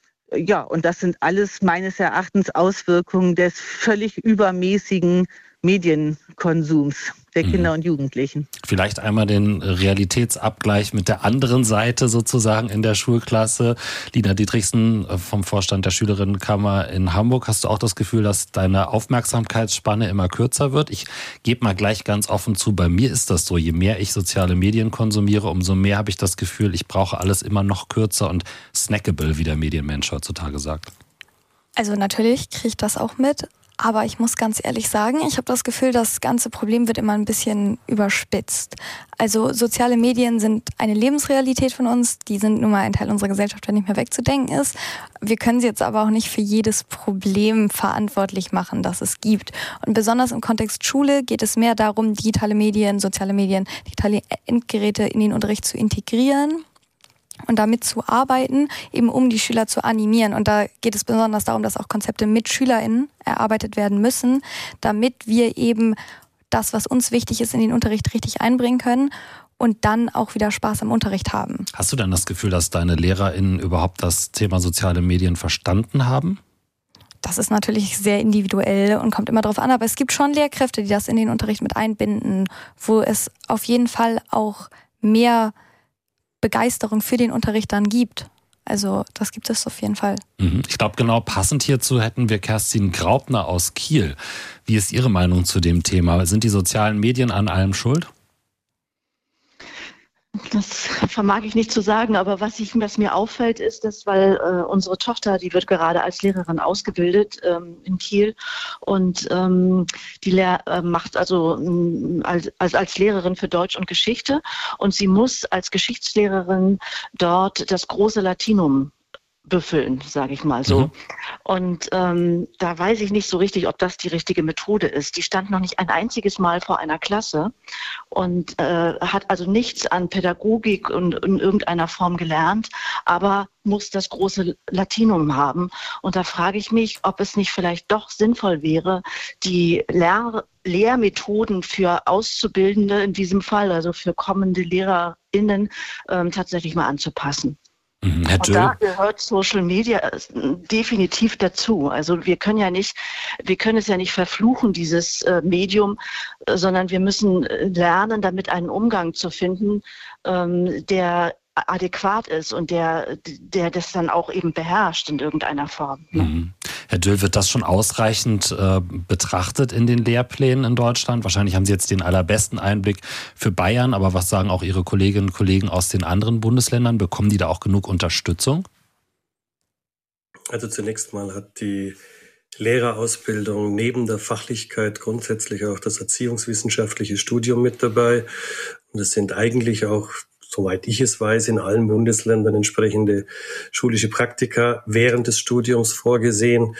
ja, und das sind alles meines Erachtens Auswirkungen des völlig übermäßigen Medienkonsums der Kinder und Jugendlichen. Vielleicht einmal den Realitätsabgleich mit der anderen Seite sozusagen in der Schulklasse. Lina Dietrichsen vom Vorstand der Schülerinnenkammer in Hamburg. Hast du auch das Gefühl, dass deine Aufmerksamkeitsspanne immer kürzer wird? Ich gebe mal gleich ganz offen zu, bei mir ist das so. Je mehr ich soziale Medien konsumiere, umso mehr habe ich das Gefühl, ich brauche alles immer noch kürzer und snackable, wie der Medienmensch heutzutage sagt. Also natürlich kriege ich das auch mit. Aber ich muss ganz ehrlich sagen, ich habe das Gefühl, das ganze Problem wird immer ein bisschen überspitzt. Also soziale Medien sind eine Lebensrealität von uns, die sind nun mal ein Teil unserer Gesellschaft, der nicht mehr wegzudenken ist. Wir können sie jetzt aber auch nicht für jedes Problem verantwortlich machen, das es gibt. Und besonders im Kontext Schule geht es mehr darum, digitale Medien, soziale Medien, digitale Endgeräte in den Unterricht zu integrieren und damit zu arbeiten, eben um die Schüler zu animieren. Und da geht es besonders darum, dass auch Konzepte mit SchülerInnen erarbeitet werden müssen, damit wir eben das, was uns wichtig ist, in den Unterricht richtig einbringen können und dann auch wieder Spaß am Unterricht haben. Hast du denn das Gefühl, dass deine LehrerInnen überhaupt das Thema soziale Medien verstanden haben? Das ist natürlich sehr individuell und kommt immer darauf an, aber es gibt schon Lehrkräfte, die das in den Unterricht mit einbinden, wo es auf jeden Fall auch mehr Begeisterung für den Unterricht dann gibt. Also das gibt es auf jeden Fall. Ich glaube, genau passend hierzu hätten wir Kerstin Graupner aus Kiel. Wie ist Ihre Meinung zu dem Thema? Sind die sozialen Medien an allem schuld? Das vermag ich nicht zu sagen, aber was, ich, was mir auffällt, ist, dass, weil äh, unsere Tochter, die wird gerade als Lehrerin ausgebildet ähm, in Kiel und ähm, die Lehr äh, macht also ähm, als, als, als Lehrerin für Deutsch und Geschichte und sie muss als Geschichtslehrerin dort das große Latinum büffeln, sage ich mal so. Mhm. Und ähm, da weiß ich nicht so richtig, ob das die richtige Methode ist. Die stand noch nicht ein einziges Mal vor einer Klasse und äh, hat also nichts an Pädagogik und in irgendeiner Form gelernt, aber muss das große Latinum haben. Und da frage ich mich, ob es nicht vielleicht doch sinnvoll wäre, die Lehr- Lehrmethoden für Auszubildende in diesem Fall, also für kommende LehrerInnen, ähm, tatsächlich mal anzupassen. Herr Und da gehört Social Media definitiv dazu. Also wir können ja nicht, wir können es ja nicht verfluchen, dieses äh, Medium, äh, sondern wir müssen lernen, damit einen Umgang zu finden, ähm, der adäquat ist und der, der das dann auch eben beherrscht in irgendeiner Form. Ne? Mhm. Herr Döll, wird das schon ausreichend äh, betrachtet in den Lehrplänen in Deutschland? Wahrscheinlich haben Sie jetzt den allerbesten Einblick für Bayern, aber was sagen auch Ihre Kolleginnen und Kollegen aus den anderen Bundesländern? Bekommen die da auch genug Unterstützung? Also zunächst mal hat die Lehrerausbildung neben der Fachlichkeit grundsätzlich auch das erziehungswissenschaftliche Studium mit dabei. Und es sind eigentlich auch, soweit ich es weiß, in allen Bundesländern entsprechende schulische Praktika während des Studiums vorgesehen.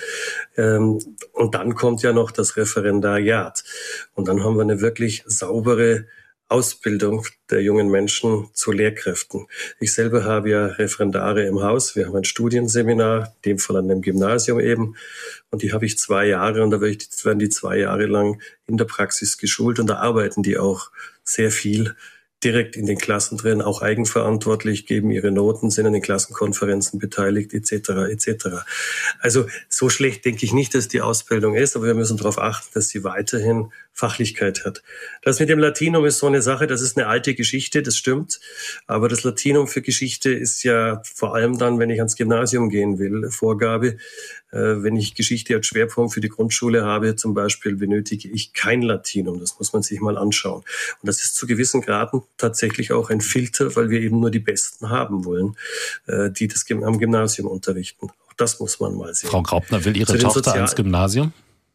Und dann kommt ja noch das Referendariat. Und dann haben wir eine wirklich saubere Ausbildung der jungen Menschen zu Lehrkräften. Ich selber habe ja Referendare im Haus. Wir haben ein Studienseminar, in dem Fall an einem Gymnasium eben. Und die habe ich zwei Jahre und da werden die zwei Jahre lang in der Praxis geschult und da arbeiten die auch sehr viel direkt in den Klassen drin, auch eigenverantwortlich, geben ihre Noten, sind an den Klassenkonferenzen beteiligt, et cetera, et cetera. Also so schlecht denke ich nicht, dass die Ausbildung ist, aber wir müssen darauf achten, dass sie weiterhin Fachlichkeit hat. Das mit dem Latinum ist so eine Sache, das ist eine alte Geschichte, das stimmt. Aber das Latinum für Geschichte ist ja vor allem dann, wenn ich ans Gymnasium gehen will, Vorgabe. Äh, wenn ich Geschichte als Schwerpunkt für die Grundschule habe, zum Beispiel, benötige ich kein Latinum. Das muss man sich mal anschauen. Und das ist zu gewissen Graden tatsächlich auch ein Filter, weil wir eben nur die Besten haben wollen, äh, die das am Gymnasium unterrichten. das muss man mal sehen. Frau Graupner will ihre Tochter Sozial- ans Gymnasium?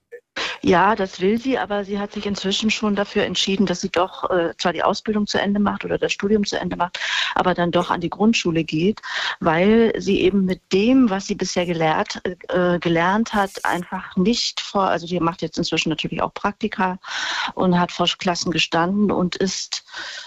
Ja, das will sie, aber sie hat sich inzwischen schon dafür entschieden, dass sie doch äh, zwar die Ausbildung zu Ende macht oder das Studium zu Ende macht, aber dann doch an die Grundschule geht, weil sie eben mit dem, was sie bisher gelehrt, äh, gelernt hat, einfach nicht vor, also sie macht jetzt inzwischen natürlich auch Praktika und hat vor Klassen gestanden und ist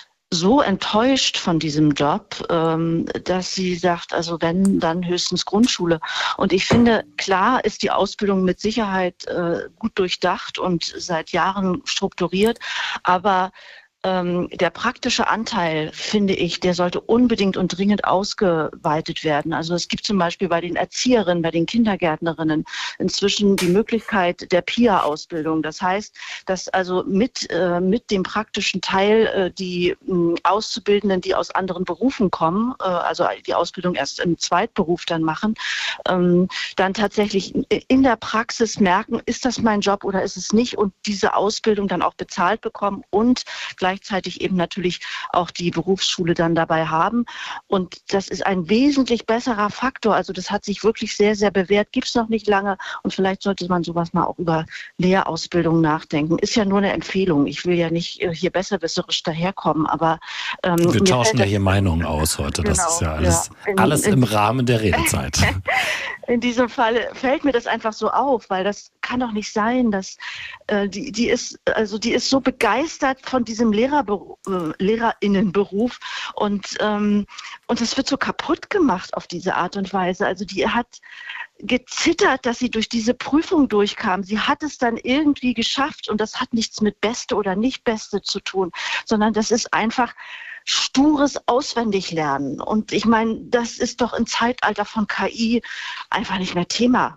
so enttäuscht von diesem Job, ähm, dass sie sagt, also wenn, dann höchstens Grundschule. Und ich finde, klar ist die Ausbildung mit Sicherheit äh, gut durchdacht und seit Jahren strukturiert, aber ähm, der praktische Anteil, finde ich, der sollte unbedingt und dringend ausgeweitet werden. Also es gibt zum Beispiel bei den Erzieherinnen, bei den Kindergärtnerinnen inzwischen die Möglichkeit der P I A-Ausbildung. Das heißt, dass also mit, äh, mit dem praktischen Teil äh, die äh, Auszubildenden, die aus anderen Berufen kommen, äh, also die Ausbildung erst im Zweitberuf dann machen, ähm, dann tatsächlich in der Praxis merken, ist das mein Job oder ist es nicht, und diese Ausbildung dann auch bezahlt bekommen und gleichzeitig eben natürlich auch die Berufsschule dann dabei haben. Und das ist ein wesentlich besserer Faktor. Also das hat sich wirklich sehr, sehr bewährt. Gibt es noch nicht lange. Und vielleicht sollte man sowas mal auch über Lehrausbildung nachdenken. Ist ja nur eine Empfehlung. Ich will ja nicht hier besserwisserisch daherkommen, aber ähm, wir tauschen ja hier Meinungen aus heute. Das Genau, ist ja alles, ja. In, alles in, im Rahmen der Redezeit. In diesem Fall fällt mir das einfach so auf, weil das kann doch nicht sein, dass äh, die, die ist, also die ist so begeistert von diesem Lehrerberu- äh, Lehrerinnenberuf und ähm, und das wird so kaputt gemacht auf diese Art und Weise. Also die hat gezittert, dass sie durch diese Prüfung durchkam. Sie hat es dann irgendwie geschafft und das hat nichts mit Beste oder nicht Beste zu tun, sondern das ist einfach stures Auswendiglernen. Und ich meine, das ist doch im Zeitalter von K I einfach nicht mehr Thema.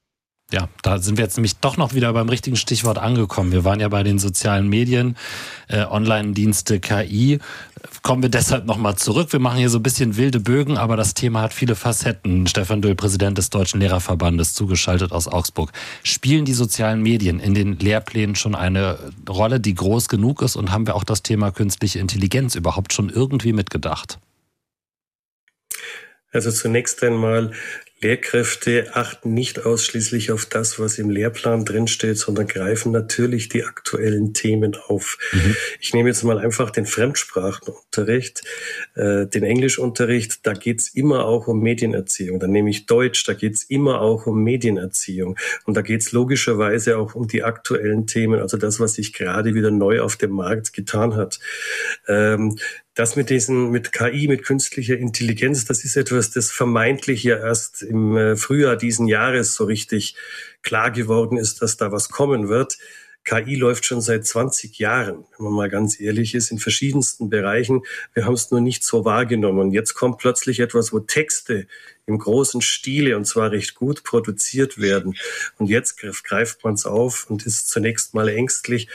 Ja, da sind wir jetzt nämlich doch noch wieder beim richtigen Stichwort angekommen. Wir waren ja bei den sozialen Medien, äh, Online-Dienste, K I. Kommen wir deshalb nochmal zurück. Wir machen hier so ein bisschen wilde Bögen, aber das Thema hat viele Facetten. Stefan Döll, Präsident des Deutschen Lehrerverbandes, zugeschaltet aus Augsburg. Spielen die sozialen Medien in den Lehrplänen schon eine Rolle, die groß genug ist? Und haben wir auch das Thema künstliche Intelligenz überhaupt schon irgendwie mitgedacht? Also zunächst einmal, Lehrkräfte achten nicht ausschließlich auf das, was im Lehrplan drinsteht, sondern greifen natürlich die aktuellen Themen auf. Mhm. Ich nehme jetzt mal einfach den Fremdsprachenunterricht, äh, den Englischunterricht, da geht's immer auch um Medienerziehung. Dann nehme ich Deutsch, da geht's immer auch um Medienerziehung. Und da geht's logischerweise auch um die aktuellen Themen, also das, was sich gerade wieder neu auf dem Markt getan hat. Ähm, Das mit diesen, mit K I, mit künstlicher Intelligenz, das ist etwas, das vermeintlich ja erst im Frühjahr diesen Jahres so richtig klar geworden ist, dass da was kommen wird. K I läuft schon seit zwanzig Jahren, wenn man mal ganz ehrlich ist, in verschiedensten Bereichen. Wir haben es nur nicht so wahrgenommen. Und jetzt kommt plötzlich etwas, wo Texte im großen Stile, und zwar recht gut produziert werden. Und jetzt greift man es auf und ist zunächst mal ängstlich.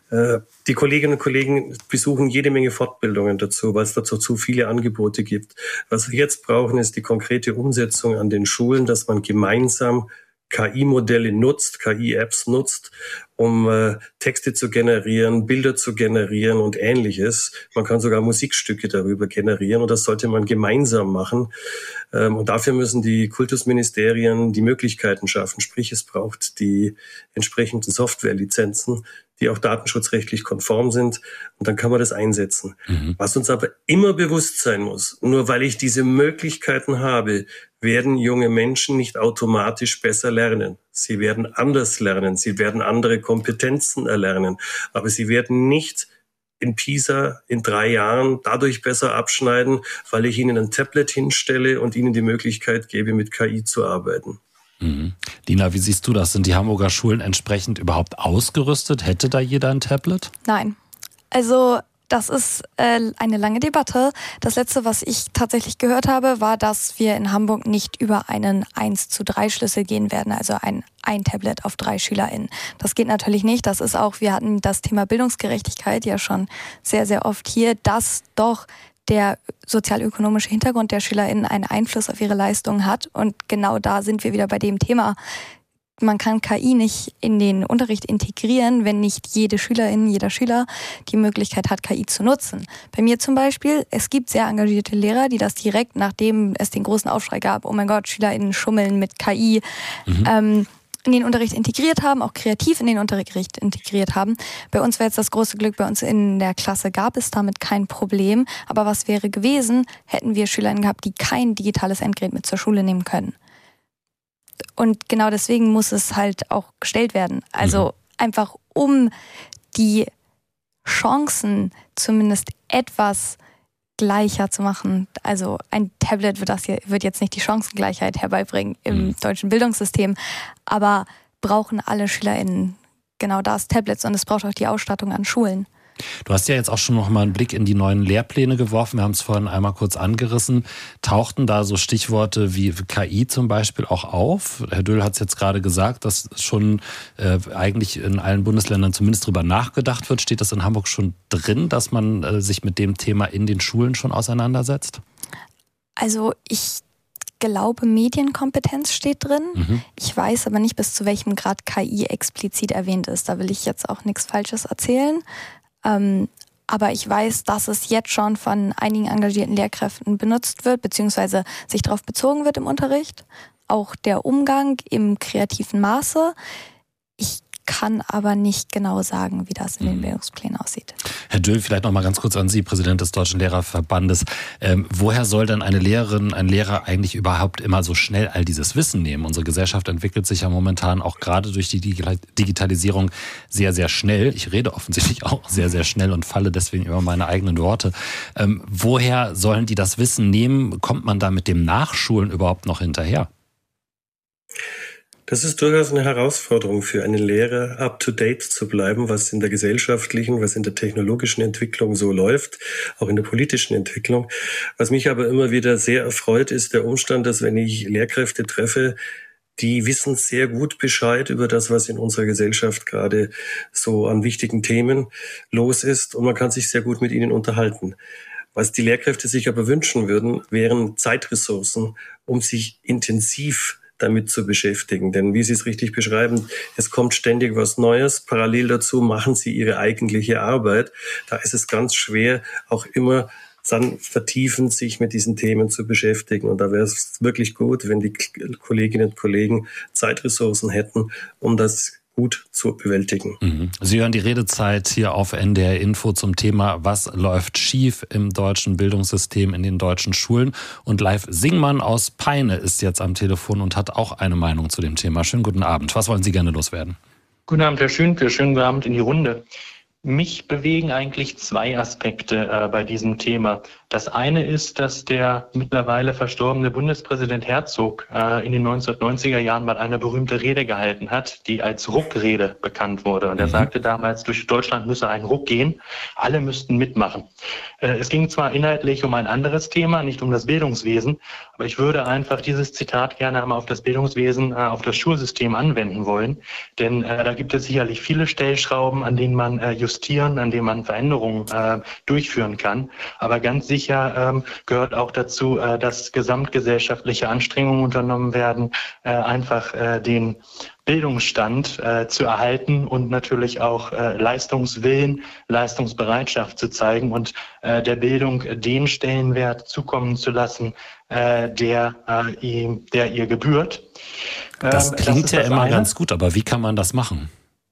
Die Kolleginnen und Kollegen besuchen jede Menge Fortbildungen dazu, weil es dazu zu viele Angebote gibt. Was wir jetzt brauchen, ist die konkrete Umsetzung an den Schulen, dass man gemeinsam K I-Modelle nutzt, K I-Apps nutzt, um äh, Texte zu generieren, Bilder zu generieren und Ähnliches. Man kann sogar Musikstücke darüber generieren und das sollte man gemeinsam machen. Ähm, und dafür müssen die Kultusministerien die Möglichkeiten schaffen. Sprich, es braucht die entsprechenden Softwarelizenzen, die auch datenschutzrechtlich konform sind. Und dann kann man das einsetzen. Mhm. Was uns aber immer bewusst sein muss, nur weil ich diese Möglichkeiten habe, werden junge Menschen nicht automatisch besser lernen. Sie werden anders lernen, sie werden andere Kompetenzen erlernen, aber sie werden nicht in PISA in drei Jahren dadurch besser abschneiden, weil ich ihnen ein Tablet hinstelle und ihnen die Möglichkeit gebe, mit K I zu arbeiten. Mhm. Lina, wie siehst du das? Sind die Hamburger Schulen entsprechend überhaupt ausgerüstet? Hätte da jeder ein Tablet? Nein. Also das ist äh, eine lange Debatte. Das letzte, was ich tatsächlich gehört habe, war, dass wir in Hamburg nicht über einen eins zu drei Schlüssel gehen werden, also ein, ein Tablet auf drei SchülerInnen. Das geht natürlich nicht. Das ist auch, wir hatten das Thema Bildungsgerechtigkeit ja schon sehr, sehr oft hier, dass doch der sozialökonomische Hintergrund der SchülerInnen einen Einfluss auf ihre Leistungen hat. Und genau da sind wir wieder bei dem Thema. man kann K I nicht in den Unterricht integrieren, wenn nicht jede Schülerin, jeder Schüler die Möglichkeit hat, K I zu nutzen. Bei mir zum Beispiel, es gibt sehr engagierte Lehrer, die das direkt, nachdem es den großen Aufschrei gab, oh mein Gott, SchülerInnen schummeln mit K I, mhm. ähm, in den Unterricht integriert haben, auch kreativ in den Unterricht integriert haben. Bei uns war jetzt das große Glück, bei uns in der Klasse gab es damit kein Problem. Aber was wäre gewesen, hätten wir SchülerInnen gehabt, die kein digitales Endgerät mit zur Schule nehmen können. Und genau deswegen muss es halt auch gestellt werden. Also mhm. einfach um die Chancen zumindest etwas gleicher zu machen. Also ein Tablet wird das hier, wird jetzt nicht die Chancengleichheit herbeibringen im mhm. deutschen Bildungssystem, aber brauchen alle SchülerInnen genau das, Tablets, und es braucht auch die Ausstattung an Schulen. Du hast ja jetzt auch schon noch mal einen Blick in die neuen Lehrpläne geworfen. Wir haben es vorhin einmal kurz angerissen. Tauchten da so Stichworte wie K I zum Beispiel auch auf? Herr Döll hat es jetzt gerade gesagt, dass schon äh, eigentlich in allen Bundesländern zumindest drüber nachgedacht wird. Steht das in Hamburg schon drin, dass man äh, sich mit dem Thema in den Schulen schon auseinandersetzt? Also ich glaube, Medienkompetenz steht drin. Mhm. Ich weiß aber nicht, bis zu welchem Grad K I explizit erwähnt ist. Da will ich jetzt auch nichts Falsches erzählen. Ähm, aber ich weiß, dass es jetzt schon von einigen engagierten Lehrkräften benutzt wird, beziehungsweise sich darauf bezogen wird im Unterricht. Auch der Umgang im kreativen Maße. Ich kann aber nicht genau sagen, wie das in den Bildungsplänen aussieht. Herr Döll, vielleicht noch mal ganz kurz an Sie, Präsident des Deutschen Lehrerverbandes. Ähm, woher soll denn eine Lehrerin, ein Lehrer eigentlich überhaupt immer so schnell all dieses Wissen nehmen? Unsere Gesellschaft entwickelt sich ja momentan auch gerade durch die Digitalisierung sehr, sehr schnell. Ich rede offensichtlich auch sehr, sehr schnell und falle deswegen über meine eigenen Worte. Ähm, woher sollen die das Wissen nehmen? Kommt man da mit dem Nachschulen überhaupt noch hinterher? Das ist durchaus eine Herausforderung für einen Lehrer, up-to-date zu bleiben, was in der gesellschaftlichen, was in der technologischen Entwicklung so läuft, auch in der politischen Entwicklung. Was mich aber immer wieder sehr erfreut, ist der Umstand, dass wenn ich Lehrkräfte treffe, die wissen sehr gut Bescheid über das, was in unserer Gesellschaft gerade so an wichtigen Themen los ist, und man kann sich sehr gut mit ihnen unterhalten. Was die Lehrkräfte sich aber wünschen würden, wären Zeitressourcen, um sich intensiv damit zu beschäftigen. Denn wie Sie es richtig beschreiben, es kommt ständig was Neues. Parallel dazu machen Sie Ihre eigentliche Arbeit. Da ist es ganz schwer, auch immer dann vertiefend sich mit diesen Themen zu beschäftigen. Und da wäre es wirklich gut, wenn die Kolleginnen und Kollegen Zeitressourcen hätten, um das gut zu bewältigen. Mhm. Sie hören die Redezeit hier auf N D R Info zum Thema Was läuft schief im deutschen Bildungssystem, in den deutschen Schulen. Und Leif Singmann aus Peine ist jetzt am Telefon und hat auch eine Meinung zu dem Thema. Schönen guten Abend. Was wollen Sie gerne loswerden? Guten Abend, Herr Schönke. Schönen guten Abend in die Runde. Mich bewegen eigentlich zwei Aspekte äh, bei diesem Thema. Das eine ist, dass der mittlerweile verstorbene Bundespräsident Herzog äh, in den neunzehnhundertneunziger Jahren mal eine berühmte Rede gehalten hat, die als Ruckrede bekannt wurde. Und er mhm. sagte damals, durch Deutschland müsse ein Ruck gehen, alle müssten mitmachen. Äh, es ging zwar inhaltlich um ein anderes Thema, nicht um das Bildungswesen, aber ich würde einfach dieses Zitat gerne einmal auf das Bildungswesen, äh, auf das Schulsystem anwenden wollen. Denn äh, da gibt es sicherlich viele Stellschrauben, an denen man äh, justieren, an denen man Veränderungen äh, durchführen kann. Aber ganz sicher ähm, gehört auch dazu, äh, dass gesamtgesellschaftliche Anstrengungen unternommen werden, äh, einfach äh, den Bildungsstand äh, zu erhalten und natürlich auch äh, Leistungswillen, Leistungsbereitschaft zu zeigen und äh, der Bildung den Stellenwert zukommen zu lassen, äh, der, äh, ihm, der ihr gebührt. Das ähm, klingt das ja das immer eine. ganz gut, aber wie kann man das machen?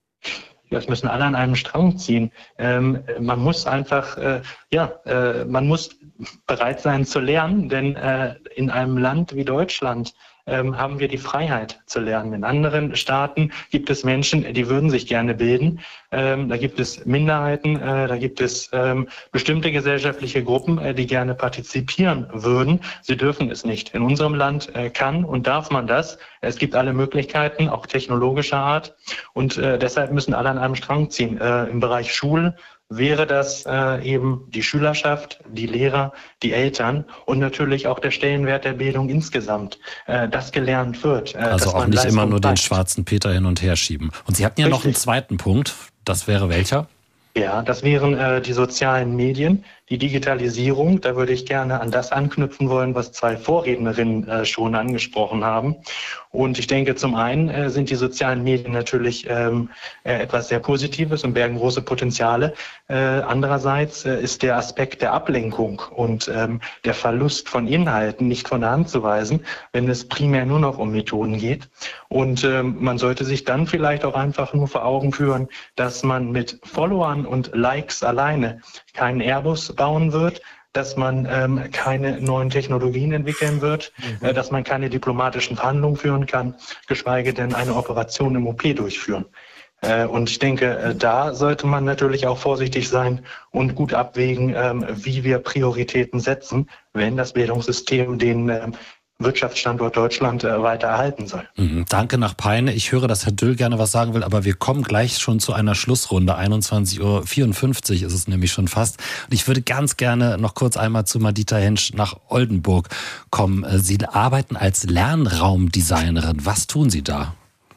Das müssen alle an einem Strang ziehen. Ähm, man muss einfach, äh, ja, äh, man muss bereit sein zu lernen, denn äh, in einem Land wie Deutschland ähm, haben wir die Freiheit zu lernen. In anderen Staaten gibt es Menschen, die würden sich gerne bilden. Ähm, da gibt es Minderheiten, äh, da gibt es ähm, bestimmte gesellschaftliche Gruppen, äh, die gerne partizipieren würden. Sie dürfen es nicht. In unserem Land äh, kann und darf man das. Es gibt alle Möglichkeiten, auch technologischer Art. Und äh, deshalb müssen alle an einem Strang ziehen. Äh, im Bereich Schule wäre das äh, eben die Schülerschaft, die Lehrer, die Eltern und natürlich auch der Stellenwert der Bildung insgesamt, äh, das gelernt wird. Äh, also auch nicht immer nur den schwarzen Peter hin und her schieben. Und Sie hatten ja Richtig. noch einen zweiten Punkt. Das wäre welcher? Ja, das wären äh, die sozialen Medien, Die Digitalisierung, da würde ich gerne an das anknüpfen wollen, was zwei Vorrednerinnen äh, schon angesprochen haben. Und ich denke, zum einen äh, sind die sozialen Medien natürlich ähm, äh, etwas sehr Positives und bergen große Potenziale. Äh, andererseits äh, ist der Aspekt der Ablenkung und ähm, der Verlust von Inhalten nicht von der Hand zu weisen, wenn es primär nur noch um Methoden geht. Und ähm, man sollte sich dann vielleicht auch einfach nur vor Augen führen, dass man mit Followern und Likes alleine keinen Airbus bauen wird, dass man ähm, keine neuen Technologien entwickeln wird, mhm. äh, dass man keine diplomatischen Verhandlungen führen kann, geschweige denn eine Operation im O P durchführen. Äh, und ich denke, äh, da sollte man natürlich auch vorsichtig sein und gut abwägen, ähm, wie wir Prioritäten setzen, wenn das Bildungssystem den ähm, Wirtschaftsstandort Deutschland äh, weiter erhalten soll. Mhm, danke nach Peine. Ich höre, dass Herr Düll gerne was sagen will, aber wir kommen gleich schon zu einer Schlussrunde. einundzwanzig Uhr vierundfünfzig ist es nämlich schon fast. Und ich würde ganz gerne noch kurz einmal zu Madita Hensch nach Oldenburg kommen. Sie arbeiten als Lernraumdesignerin. Was tun Sie da?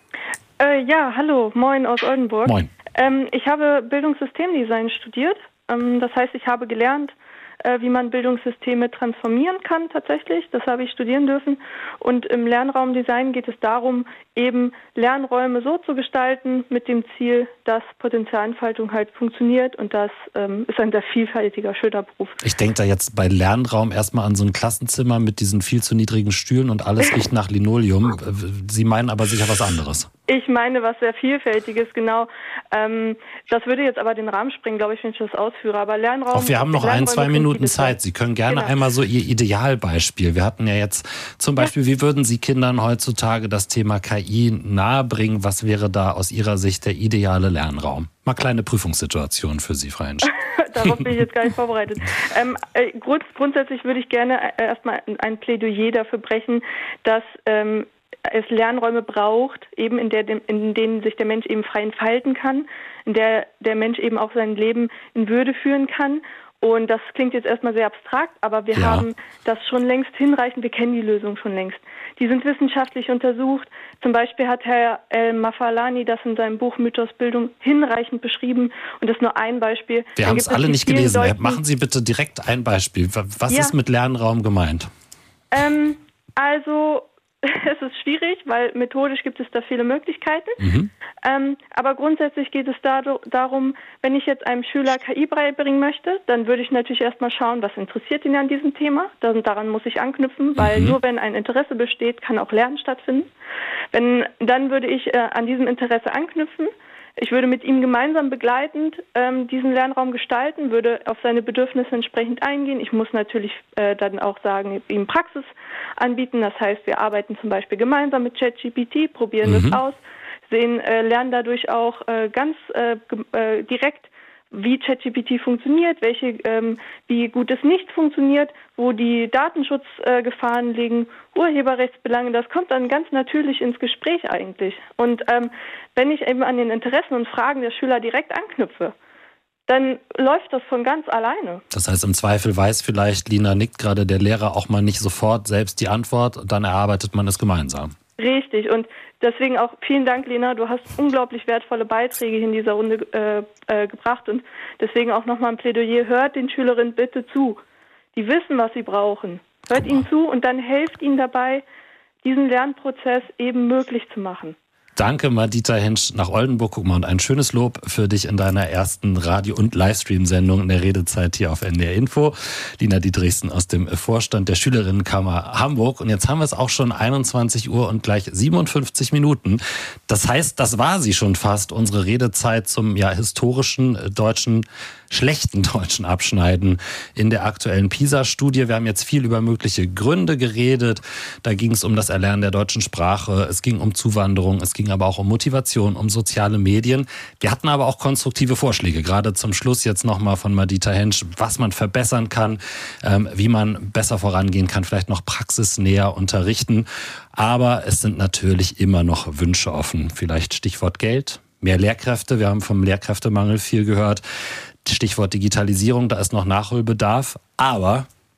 Äh, ja, hallo, moin aus Oldenburg. Moin. Ähm, ich habe Bildungssystemdesign studiert. Ähm, das heißt, ich habe gelernt, wie man Bildungssysteme transformieren kann tatsächlich. Das habe ich studieren dürfen. Und im Lernraumdesign geht es darum, eben Lernräume so zu gestalten mit dem Ziel, dass Potenzialentfaltung halt funktioniert. Und das ähm, ist ein sehr vielfältiger, schöner Beruf. Ich denke da jetzt bei Lernraum erstmal an so ein Klassenzimmer mit diesen viel zu niedrigen Stühlen und alles riecht nach Linoleum. Sie meinen aber sicher was anderes. Ich meine was sehr Vielfältiges, genau. Ähm, das würde jetzt aber den Rahmen sprengen, glaube ich, wenn ich das ausführe. Aber Lernraum... Auch wir haben noch ein, zwei Minuten Zeit. Sie können gerne genau. einmal so Ihr Idealbeispiel. Wir hatten ja jetzt zum Beispiel, ja. wie würden Sie Kindern heutzutage das Thema K I nahebringen? Was wäre da aus Ihrer Sicht der ideale Lernraum? Mal kleine Prüfungssituation für Sie, Frau Hensch. Darauf bin ich jetzt gar nicht vorbereitet. Ähm, äh, grund, grundsätzlich würde ich gerne äh, erstmal ein Plädoyer dafür brechen, dass... Ähm, es Lernräume braucht, eben in, der, in denen sich der Mensch eben frei entfalten kann, in der der Mensch eben auch sein Leben in Würde führen kann. Und das klingt jetzt erstmal sehr abstrakt, aber wir ja. haben das schon längst hinreichend, wir kennen die Lösung schon längst. Die sind wissenschaftlich untersucht. Zum Beispiel hat Herr El-Mafalani das in seinem Buch Mythos Bildung hinreichend beschrieben. Und das ist nur ein Beispiel. Wir haben es alle nicht gelesen. Machen Sie bitte direkt ein Beispiel. Was ja. ist mit Lernraum gemeint? Ähm, also... Es ist schwierig, weil methodisch gibt es da viele Möglichkeiten. Mhm. Ähm, aber grundsätzlich geht es da, darum, wenn ich jetzt einem Schüler K I beibringen möchte, dann würde ich natürlich erstmal schauen, was interessiert ihn an diesem Thema. Dann, daran muss ich anknüpfen, weil mhm. nur wenn ein Interesse besteht, kann auch Lernen stattfinden. Wenn, dann würde ich äh, an diesem Interesse anknüpfen. Ich würde mit ihm gemeinsam begleitend ähm, diesen Lernraum gestalten, würde auf seine Bedürfnisse entsprechend eingehen. Ich muss natürlich äh, dann auch sagen, ihm Praxis anbieten. Das heißt, wir arbeiten zum Beispiel gemeinsam mit ChatGPT, probieren mhm. das aus, sehen, äh, lernen dadurch auch äh, ganz äh, äh, direkt, wie ChatGPT funktioniert, welche, ähm, wie gut es nicht funktioniert, wo die Datenschutzgefahren äh, liegen, Urheberrechtsbelange, das kommt dann ganz natürlich ins Gespräch eigentlich. Und ähm, wenn ich eben an den Interessen und Fragen der Schüler direkt anknüpfe, dann läuft das von ganz alleine. Das heißt, im Zweifel weiß vielleicht, Lina nickt gerade, der Lehrer auch mal nicht sofort selbst die Antwort, dann erarbeitet man es gemeinsam. Richtig, und deswegen auch vielen Dank, Lena, du hast unglaublich wertvolle Beiträge in dieser Runde äh, äh, gebracht und deswegen auch nochmal ein Plädoyer, hört den Schülerinnen bitte zu. Die wissen, was sie brauchen. Hört ihnen zu und dann helft ihnen dabei, diesen Lernprozess eben möglich zu machen. Danke, Madita Hensch nach Oldenburg. Guck mal, und ein schönes Lob für dich in deiner ersten Radio- und Livestream-Sendung in der Redezeit hier auf N D R Info. Lina Dietrichsen aus dem Vorstand der Schülerinnenkammer Hamburg. Und jetzt haben wir es auch schon einundzwanzig Uhr und gleich siebenundfünfzig Minuten. Das heißt, das war sie schon fast, unsere Redezeit zum ja historischen deutschen, schlechten deutschen Abschneiden in der aktuellen PISA-Studie. Wir haben jetzt viel über mögliche Gründe geredet. Da ging es um das Erlernen der deutschen Sprache. Es ging um Zuwanderung. Es ging aber auch um Motivation, um soziale Medien. Wir hatten aber auch konstruktive Vorschläge, gerade zum Schluss jetzt nochmal von Madita Hensch, was man verbessern kann, ähm, wie man besser vorangehen kann, vielleicht noch praxisnäher unterrichten. Aber es sind natürlich immer noch Wünsche offen. Vielleicht Stichwort Geld, mehr Lehrkräfte. Wir haben vom Lehrkräftemangel viel gehört. Stichwort Digitalisierung, da ist noch Nachholbedarf. Aber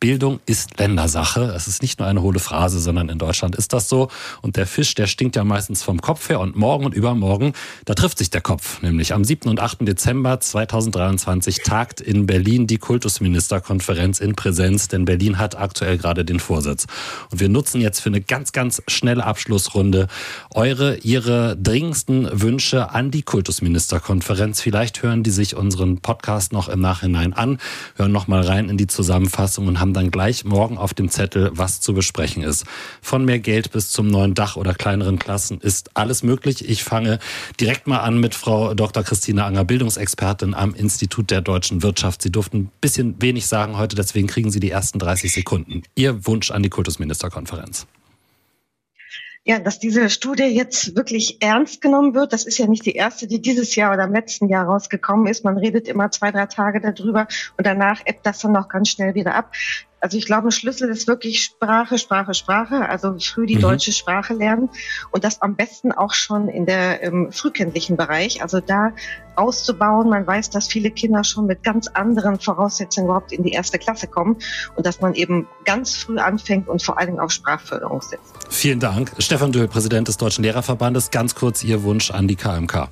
Bildung ist Ländersache. Es ist nicht nur eine hohle Phrase, sondern in Deutschland ist das so. Und der Fisch, der stinkt ja meistens vom Kopf her. Und morgen und übermorgen, da trifft sich der Kopf. Nämlich am siebten und achten Dezember zweitausenddreiundzwanzig tagt in Berlin die Kultusministerkonferenz in Präsenz. Denn Berlin hat aktuell gerade den Vorsitz. Und wir nutzen jetzt für eine ganz, ganz schnelle Abschlussrunde eure, ihre dringendsten Wünsche an die Kultusministerkonferenz. Vielleicht hören die sich unseren Podcast noch im Nachhinein an, hören noch mal rein in die Zusammenfassung und haben dann gleich morgen auf dem Zettel, was zu besprechen ist. Von mehr Geld bis zum neuen Dach oder kleineren Klassen ist alles möglich. Ich fange direkt mal an mit Frau Doktor Christine Anger, Bildungsexpertin am Institut der deutschen Wirtschaft. Sie durften ein bisschen wenig sagen heute, deswegen kriegen Sie die ersten dreißig Sekunden. Ihr Wunsch an die Kultusministerkonferenz. Ja, dass diese Studie jetzt wirklich ernst genommen wird, das ist ja nicht die erste, die dieses Jahr oder im letzten Jahr rausgekommen ist. Man redet immer zwei, drei Tage darüber und danach ebbt das dann noch ganz schnell wieder ab. Also ich glaube, ein Schlüssel ist wirklich Sprache, Sprache, Sprache, also früh die mhm. deutsche Sprache lernen und das am besten auch schon in der im frühkindlichen Bereich, also da auszubauen. Man weiß, dass viele Kinder schon mit ganz anderen Voraussetzungen überhaupt in die erste Klasse kommen und dass man eben ganz früh anfängt und vor allen Dingen auf Sprachförderung setzt. Vielen Dank. Stefan Döhl, Präsident des Deutschen Lehrerverbandes. Ganz kurz Ihr Wunsch an die K M K.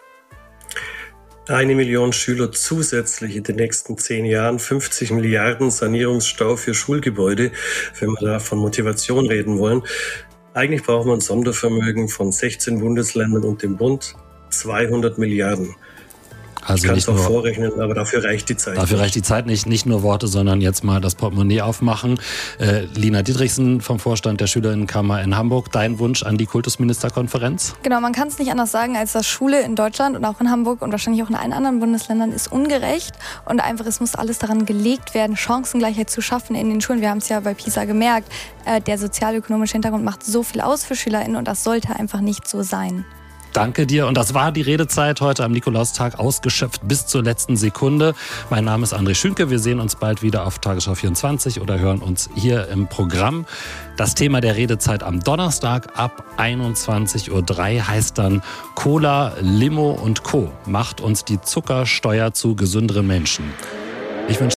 Eine Million Schüler zusätzlich in den nächsten zehn Jahren, fünfzig Milliarden Sanierungsstau für Schulgebäude, wenn wir da von Motivation reden wollen. Eigentlich brauchen wir ein Sondervermögen von sechzehn Bundesländern und dem Bund, zweihundert Milliarden. Also ich kann nicht es auch nur, vorrechnen, aber dafür reicht die Zeit. Dafür nicht. reicht die Zeit nicht, nicht nur Worte, sondern jetzt mal das Portemonnaie aufmachen. Äh, Lina Dietrichsen vom Vorstand der Schülerinnenkammer in Hamburg, dein Wunsch an die Kultusministerkonferenz? Genau, man kann es nicht anders sagen, als dass Schule in Deutschland und auch in Hamburg und wahrscheinlich auch in allen anderen Bundesländern ist ungerecht und einfach es muss alles daran gelegt werden, Chancengleichheit zu schaffen in den Schulen. Wir haben es ja bei PISA gemerkt, äh, der sozialökonomische Hintergrund macht so viel aus für SchülerInnen und das sollte einfach nicht so sein. Danke dir. Und das war die Redezeit heute am Nikolaustag, ausgeschöpft bis zur letzten Sekunde. Mein Name ist André Schünke. Wir sehen uns bald wieder auf Tagesschau vierundzwanzig oder hören uns hier im Programm. Das Thema der Redezeit am Donnerstag ab einundzwanzig Uhr drei heißt dann Cola, Limo und Co. Macht uns die Zuckersteuer zu gesünderen Menschen. Ich wünsche